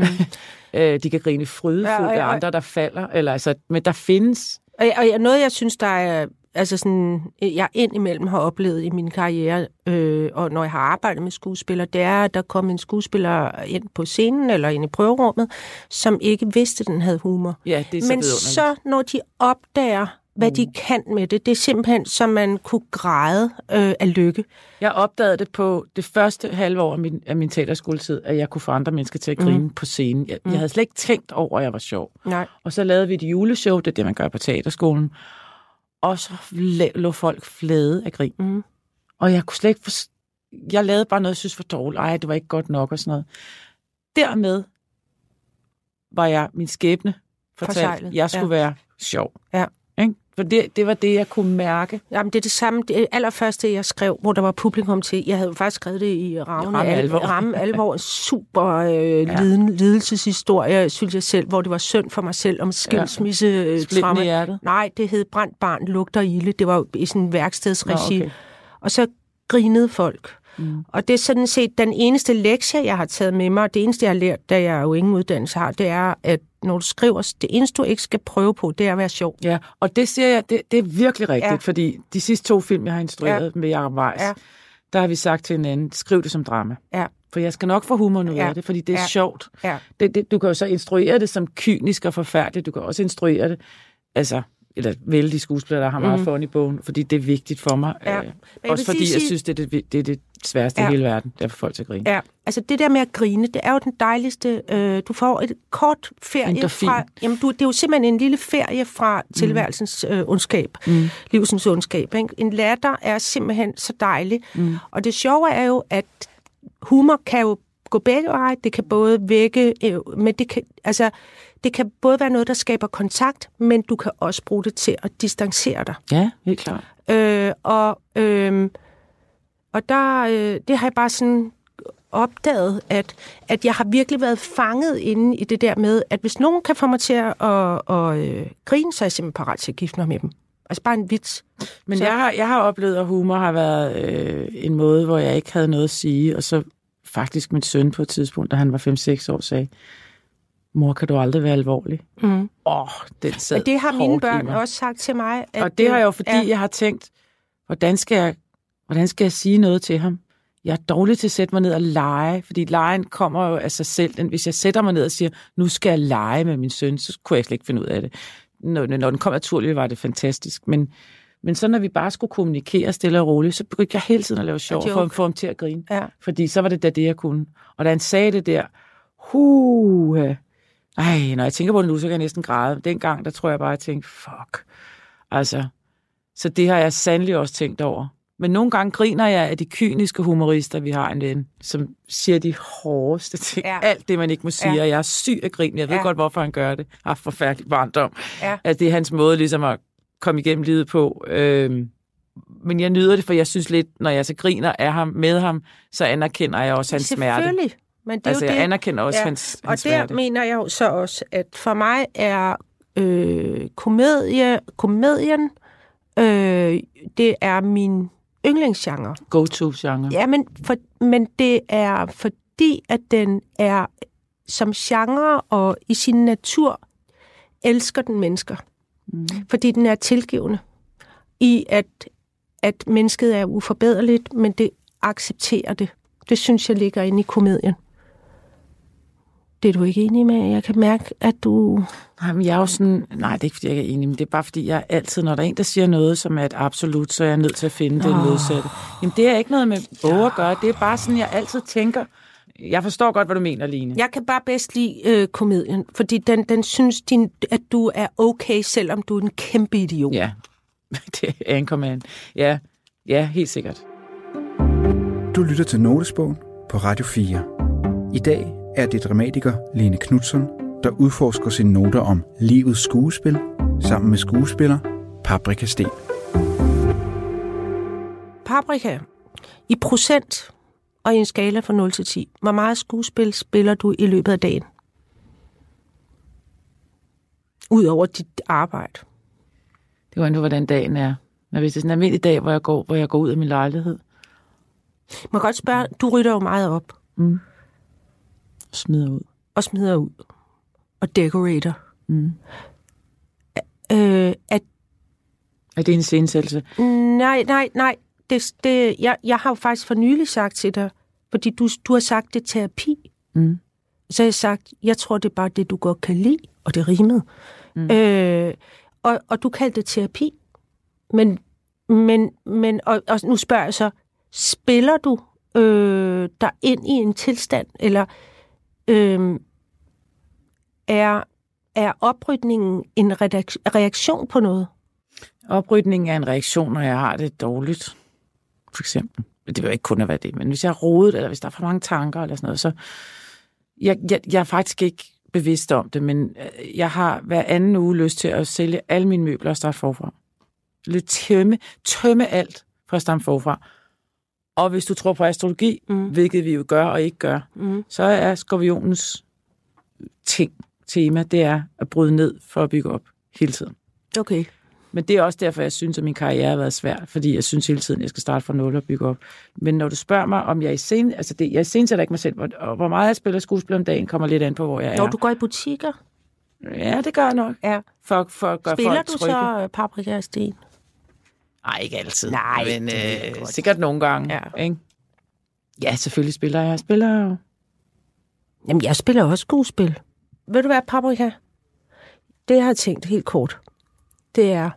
De kan grine frydefuldt af andre, der falder. Eller, altså, men der findes... Og noget, jeg synes, der er... Altså sådan, jeg indimellem har oplevet i min karriere, og når jeg har arbejdet med skuespillere, det er, at der kom en skuespiller ind på scenen, eller ind i prøverummet, som ikke vidste, at den havde humor. Ja, det er så men så, når de opdager, hvad de kan med det, det er simpelthen, som man kunne græde af lykke. Jeg opdagede det på det første halve år af min teaterskoletid, at jeg kunne få andre mennesker til at grine på scenen. Jeg havde slet ikke tænkt over, at jeg var sjov. Nej. Og så lavede vi et juleshow, det er det, man gør på teaterskolen. Og så lå folk flade af grin. Og jeg kunne slet ikke jeg lavede bare noget, jeg synes var dårligt. Ej, det var ikke godt nok og sådan noget. Dermed var jeg min skæbne fortalt, jeg skulle være sjov. Ja. Ikke? For det var det, jeg kunne mærke. Jamen, det er det samme. Det allerførste, jeg skrev, hvor der var publikum til. Jeg havde faktisk skrevet det i ramme alvor. Super lidelseshistorie, synes jeg selv, hvor det var synd for mig selv om skilsmisse. Splitten i hjertet? Nej, det hed Brændt barn, lugter ilde. Det var i sådan en værkstedsregi. Okay. Og så grinede folk. Og det er sådan set den eneste lektie, jeg har taget med mig, og det eneste, jeg har lært, da jeg jo ingen uddannelse har, det er, at når du skriver, det eneste, du ikke skal prøve på, det er at være sjov. Ja, og det siger jeg, det er virkelig rigtigt, fordi de sidste 2 film, jeg har instrueret med Jacob Weiss, der har vi sagt til hinanden, skriv det som drama. Ja. For jeg skal nok få humor ud af det, fordi det er sjovt. Ja. Du kan jo så instruere det som kynisk og forfærdeligt, du kan også instruere det, altså... eller vælge de skuespillere, der har meget funny bone, fordi det er vigtigt for mig. Ja. Også fordi jeg synes, det er det sværeste i hele verden, der får folk til at grine. Ja, altså det der med at grine, det er jo den dejligste... du får et kort ferie fra... Jamen, det er jo simpelthen en lille ferie fra tilværelsens ondskab, livsens ondskab. Ikke? En latter er simpelthen så dejlig. Og det sjove er jo, at humor kan jo gå begge veje. Det kan både vække... men det kan... Altså, det kan både være noget, der skaber kontakt, men du kan også bruge det til at distancere dig. Ja, helt klart. Og der, det har jeg bare sådan opdaget, at jeg har virkelig været fanget inde i det der med, at hvis nogen kan få mig til at grine, så er jeg simpelthen parat til at gifte mig med dem. Altså bare en vits. Men jeg har oplevet, at humor har været en måde, hvor jeg ikke havde noget at sige, og så faktisk min søn på et tidspunkt, da han var 5-6 år, sagde, mor, kan du aldrig være alvorlig? Den sad det har mine børn også sagt til mig. At og det har jeg jo, fordi jeg har tænkt, hvordan skal jeg sige noget til ham? Jeg er dårlig til at sætte mig ned og lege, fordi legen kommer jo af sig selv. Hvis jeg sætter mig ned og siger, nu skal jeg lege med min søn, så kunne jeg slet ikke finde ud af det. Når den kom naturligt, var det fantastisk. Men Men så når vi bare skulle kommunikere stille og roligt, så begyndte jeg hele tiden at lave sjov for at få ham til at grine. Ja. Fordi så var det det, jeg kunne. Og da han sagde det der, når jeg tænker på det nu, så kan jeg næsten græde. Dengang, der tror jeg bare, at jeg tænkte, fuck. Altså, så det har jeg sandelig også tænkt over. Men nogle gange griner jeg af de kyniske humorister, vi har en ven, som siger de hårdeste ting. Ja. Alt det, man ikke må sige, og jeg er syg af grin. Jeg ved godt, hvorfor han gør det. Jeg har forfærdelig barndom. Ja. At det er hans måde ligesom at komme igennem livet på. Men jeg nyder det, for jeg synes lidt, når jeg så griner af ham, med ham, så anerkender jeg også hans smerte. Selvfølgelig. Men det er altså, jo jeg anerkender også hans smerte. Og der mener jeg jo så også, at for mig er komedien, det er min yndlingsgenre. Go-to-genre. Ja, men det er fordi, at den er som genre og i sin natur elsker den mennesker. Fordi den er tilgivende i, at mennesket er uforbederligt, men det accepterer det. Det synes jeg ligger inde i komedien. Det er du ikke enig med? Jeg kan mærke, at du... Nej, men jeg er jo sådan... Nej, det er ikke, fordi jeg er enig, men det er bare, fordi jeg altid, når der er en, der siger noget, som er et absolut, så er jeg nødt til at finde det modsatte. Jamen, det er ikke noget med at gøre. Det er bare sådan, jeg altid tænker... Jeg forstår godt, hvad du mener, Line. Jeg kan bare bedst lide komedien, fordi den synes, at du er okay, selvom du er en kæmpe idiot. Ja, det er en command. Ja, helt sikkert. Du lytter til Notesbogen på Radio 4. I dag er det dramatiker Line Knutzon, der udforsker sine noter om livets skuespil, sammen med skuespiller Paprika Steen. Paprika, i procent og i en skala fra 0 til 10, hvor meget skuespil spiller du i løbet af dagen? Udover dit arbejde. Det var endnu, hvordan dagen er. Men hvis det er sådan en almindelig dag, hvor jeg går ud af min lejlighed. Man kan godt spørge, du rydder jo meget op. Smider ud. Og decorator. Er det en scenesættelse? Nej. Jeg har jo faktisk for nylig sagt til dig, fordi du har sagt, det er terapi. Så jeg har sagt, jeg tror, det er bare det, du godt kan lide, og det rimede. Og du kaldte det terapi. Men nu spørger jeg så, spiller du der ind i en tilstand, eller er oprydningen en reaktion på noget? Oprydningen er en reaktion, når jeg har det dårligt, for eksempel. Det vil ikke kun være det, men hvis jeg er rodet, eller hvis der er for mange tanker, eller sådan noget, så... Jeg er faktisk ikke bevidst om det, men jeg har hver anden uge lyst til at sælge alle mine møbler og starte forfra. Tømme alt fra at starte forfra. Og hvis du tror på astrologi, hvilket vi jo gør og ikke gør, så er skorpionens tema, det er at bryde ned for at bygge op hele tiden. Okay. Men det er også derfor, jeg synes, at min karriere har været svær, fordi jeg synes hele tiden, at jeg skal starte fra 0 og bygge op. Men når du spørger mig, om jeg er i scene, altså jeg iscenesætter ikke mig selv, og hvor meget jeg spiller skuespil om dagen, kommer lidt an på, hvor jeg er. Når du går i butikker? Ja, det gør jeg nok. Ja. For at gøre spiller folk du trygge. Så Paprika Steen? Nej, ikke altid. Nej, men sikkert nogle gange. Ja. Ikke? Ja, selvfølgelig spiller jeg. Jamen, jeg spiller også skuespil. Ved du hvad, Paprika? Det, jeg har tænkt helt kort, det er,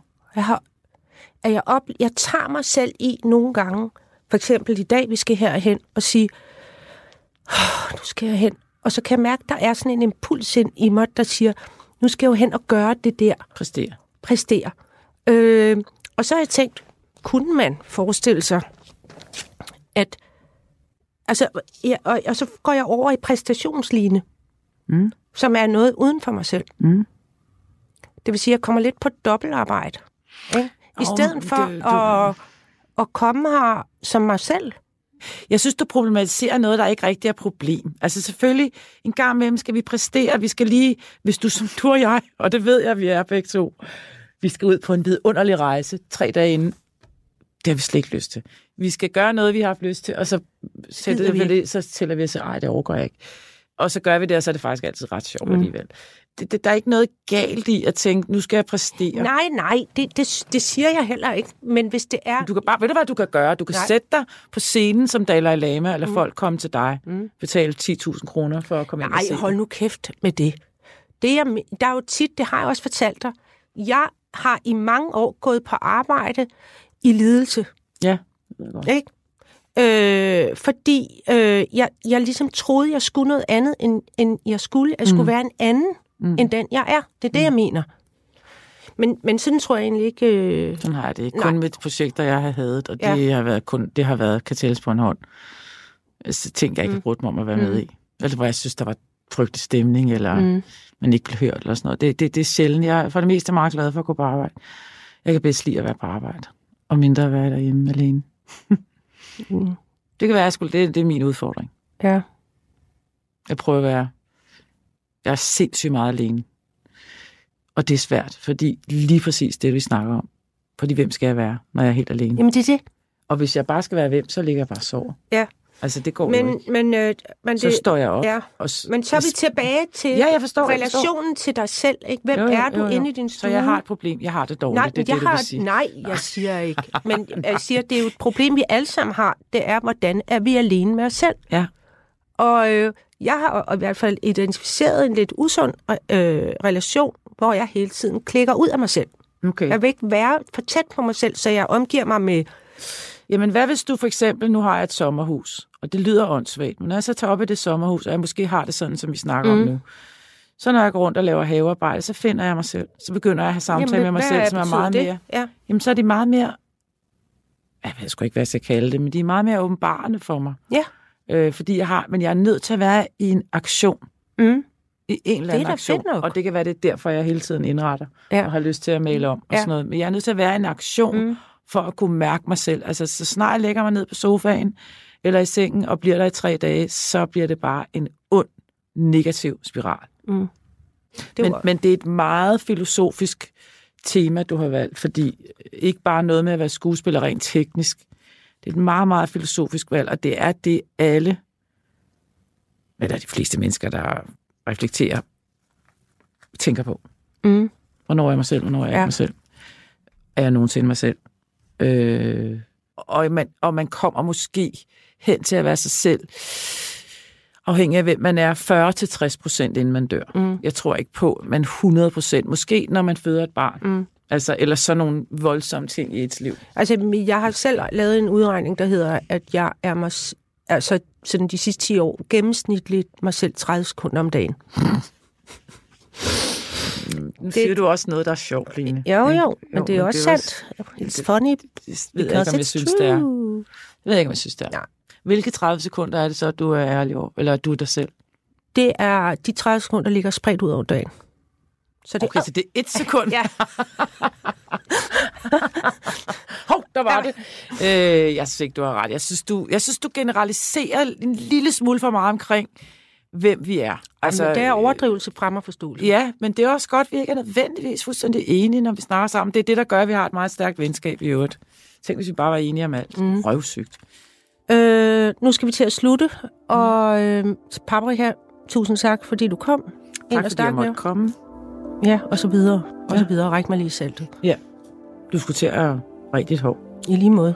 jeg tager mig selv i nogle gange, for eksempel i dag, vi skal herhen og sige, nu skal jeg hen. Og så kan jeg mærke, der er sådan en impuls ind i mig, der siger, nu skal jeg jo hen og gøre det der. Præstere. Og så har jeg tænkt, kunne man forestille sig, at altså, og så går jeg over i præstationsline, som er noget uden for mig selv. Det vil sige, at jeg kommer lidt på dobbeltarbejde. I stedet for at komme her som mig selv. Jeg synes, du problematiserer noget, der ikke rigtig er problem. Altså selvfølgelig, en gang imellem skal vi præstere. Vi skal lige, hvis du som du og jeg, og det ved jeg, vi er begge to, vi skal ud på en vidunderlig rejse 3 dage inden. Det har vi slet ikke lyst til. Vi skal gøre noget, vi har haft lyst til, og så tæller vi og siger, det overgår jeg ikke. Og så gør vi det, og så er det faktisk altid ret sjovt alligevel. Der er ikke noget galt i at tænke, nu skal jeg præstere. Nej, det siger jeg heller ikke. Men hvis det er... Du kan bare, ved du hvad du kan gøre? Du kan sætte dig på scenen som Dalai Lama, eller folk komme til dig, betale 10.000 kroner for at komme ind og se. Nej, hold nu kæft med det. Der er jo tit, det har jeg også fortalt dig, jeg har i mange år gået på arbejde i lidelse. Ja, det ved jeg godt. Ikke? Fordi jeg ligesom troede, jeg skulle noget andet, end jeg skulle. Jeg skulle være en anden, end den jeg er. Det er det, jeg mener. Men sådan tror jeg egentlig ikke... Sådan har jeg det ikke. Kun med projekter, jeg har hadet, og det har været kan tælles på en hånd. Altså, ting, jeg ikke har brugt mig om at være med i. Eller hvor jeg synes, der var frygtelig stemning, eller man ikke blev hørt, eller sådan noget. Det er sjældent. Jeg er for det meste meget glad for at gå på arbejde. Jeg kan bedst lide at være på arbejde, og mindre at være derhjemme alene. Det kan være, det er min udfordring. Ja. Jeg prøver at være... Jeg er sindssygt meget alene. Og det er svært, fordi lige præcis det, vi snakker om. Fordi hvem skal jeg være, når jeg er helt alene? Jamen, det er det. Og hvis jeg bare skal være hvem, så ligger jeg bare og sover. Ja. Altså, det går jo ikke. Men så står jeg op. Ja. Men så er vi tilbage til relationen til dig selv. Ikke? Hvem er du inde i din stue? Så jeg har et problem. Jeg har det dårligt. Nej, det er det, du vil sige. Nej, jeg siger ikke. Men jeg siger, det er jo et problem, vi alle sammen har. Det er, hvordan er vi alene med os selv? Ja. Og jeg har i hvert fald identificeret en lidt usund relation, hvor jeg hele tiden klikker ud af mig selv. Okay. Jeg vil ikke være for tæt på mig selv, så jeg omgiver mig med... Jamen, hvad hvis du for eksempel, nu har jeg et sommerhus, og det lyder åndssvagt, men når jeg så tager op i det sommerhus, og jeg måske har det sådan, som vi snakker om nu, så når jeg går rundt og laver havearbejde, så finder jeg mig selv. Så begynder jeg at have samtale med mig selv, som er meget mere... Ja. Jamen, så er de meget mere... Jeg ved sgu ikke, hvad jeg skal kalde det, men de er meget mere åbenbarende for mig. Ja. Fordi jeg er nødt til at være i en aktion. I en eller anden aktion. Og det kan være, det er derfor, jeg hele tiden indretter og har lyst til at male om og sådan noget. Men jeg er nødt til at være i en aktion for at kunne mærke mig selv. Altså, så snart jeg lægger mig ned på sofaen eller i sengen og bliver der i 3 dage, så bliver det bare en ond, negativ spiral. Men det er et meget filosofisk tema, du har valgt, fordi ikke bare noget med at være skuespiller rent teknisk. Det er et meget, meget filosofisk valg, og det er det alle, eller de fleste mennesker, der reflekterer, tænker på. Hvornår er jeg mig selv, hvornår er jeg ikke mig selv? Er jeg nogensinde mig selv? Og man kommer måske hen til at være sig selv, afhængig af hvem man er, 40-60%, inden man dør. Jeg tror ikke på, men 100%. Måske når man føder et barn. Altså, eller sådan nogle voldsomme ting i et liv. Altså, jeg har selv lavet en udregning, der hedder, at jeg er mig, altså sådan de sidste 10 år, gennemsnitligt mig selv 30 sekunder om dagen. Nu siger du også noget, der er sjovt, Line. Jo, men det er også sandt. It's funny, because it's true. Jeg ved ikke, om jeg synes, det er. Nej. Hvilke 30 sekunder er det så, du er ærlig over? Eller er du dig selv? Det er de 30 sekunder, der ligger spredt ud over dagen. Så det, okay, så det er 1 sekund? Ja. Hov, der var det. Jeg synes ikke, du har ret. Jeg synes, du generaliserer en lille smule for meget omkring, hvem vi er. Altså, men det er overdrivelse frem og forståelse. Ja, men det er også godt, at vi ikke er nødvendigvis fuldstændig enige, når vi snakker sammen. Det er det, der gør, at vi har et meget stærkt venskab i øvrigt. Tænk, hvis vi bare var enige om alt. Røvsygt. Nu skal vi til at slutte, og Paprika, tusind tak, fordi du kom. Tak, fordi jeg måtte komme. Ja, og så videre. Og så videre. Ræk mig lige saltet. Ja. Du skulle til at række dit hår. I lige måde.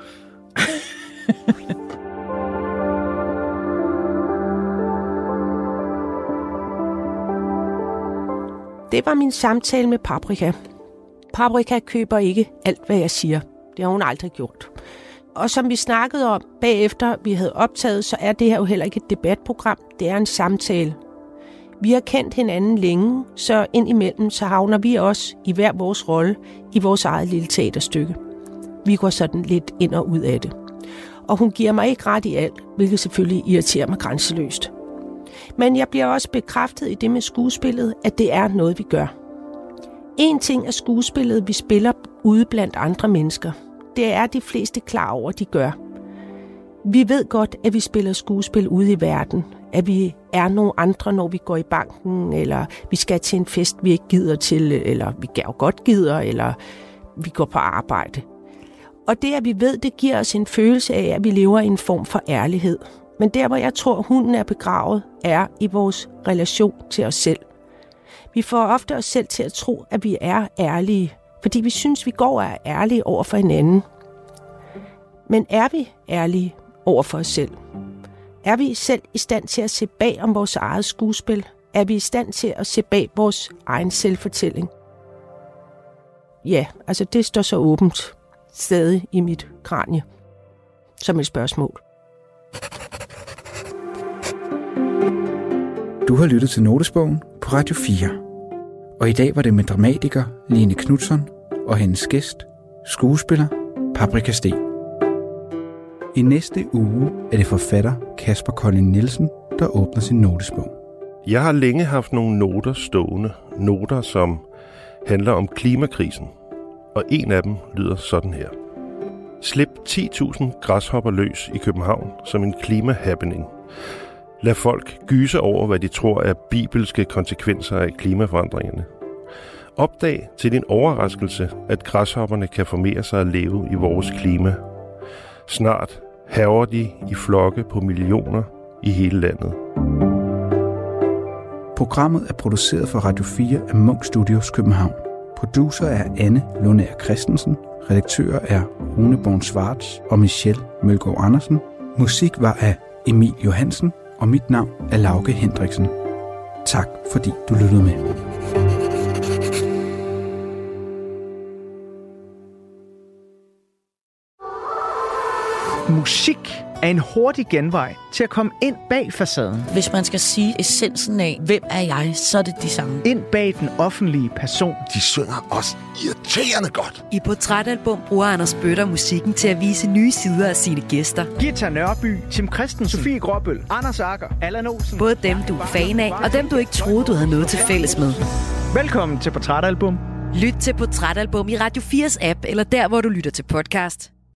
Det var min samtale med Paprika. Paprika køber ikke alt, hvad jeg siger. Det har hun aldrig gjort. Og som vi snakkede om bagefter, vi havde optaget, så er det her jo heller ikke et debatprogram. Det er en samtale. Vi har kendt hinanden længe, så indimellem så havner vi også i hver vores rolle i vores eget lille teaterstykke. Vi går sådan lidt ind og ud af det. Og hun giver mig ikke ret i alt, hvilket selvfølgelig irriterer mig grænseløst. Men jeg bliver også bekræftet i det med skuespillet, at det er noget, vi gør. En ting er skuespillet, vi spiller ude blandt andre mennesker. Det er de fleste klar over, de gør. Vi ved godt, at vi spiller skuespil ude i verden. At vi er nogle andre, når vi går i banken, eller vi skal til en fest, vi ikke gider til, eller vi jo godt gider, eller vi går på arbejde. Og det, at vi ved, det giver os en følelse af, at vi lever i en form for ærlighed. Men der, hvor jeg tror, hunden er begravet, er i vores relation til os selv. Vi får ofte os selv til at tro, at vi er ærlige, fordi vi synes, vi går og er ærlige over for hinanden. Men er vi ærlige over for os selv? Er vi selv i stand til at se bag om vores eget skuespil? Er vi i stand til at se bag vores egen selvfortælling? ja, altså det står så åbent stadig i mit kranie som et spørgsmål. Du har lyttet til Notesbogen på Radio 4. Og i dag var det med dramatiker Line Knutzon og hendes gæst, skuespiller Paprika Steen. I næste uge er det forfatter Kasper Kolding Nielsen, der åbner sin notesbog. Jeg har længe haft nogle noter stående. Noter, som handler om klimakrisen. Og en af dem lyder sådan her. Slip 10.000 græshopper løs i København som en klimahappening. Lad folk gyse over, hvad de tror er bibelske konsekvenser af klimaforandringerne. Opdag til din overraskelse, at græshopperne kan formere sig og leve i vores klima. Snart hærger de i flokke på millioner i hele landet. Programmet er produceret for Radio 4 af Munch Studios København. Producer er Anne Lundager Christensen. Redaktører er Rune Born Schwartz og Michelle Mølgaard Andersen. Musik var af Emil Johansen, og mit navn er Lauke Hendriksen. Tak fordi du lyttede med. Musik er en hurtig genvej til at komme ind bag facaden. Hvis man skal sige essensen af, hvem er jeg, så er det de samme. Ind bag den offentlige person. De synger også irriterende godt. I Portrætalbum bruger Anders Bøtter musikken til at vise nye sider af sine gæster. Gita Nørby, Tim Christensen, Sofie Gråbøl, Anders Agger, Allan Olsen. Både dem, du er fan af, og dem, du ikke troede, du havde noget til fælles med. Velkommen til Portrætalbum. Lyt til Portrætalbum i Radio 4's app, eller der, hvor du lytter til podcast.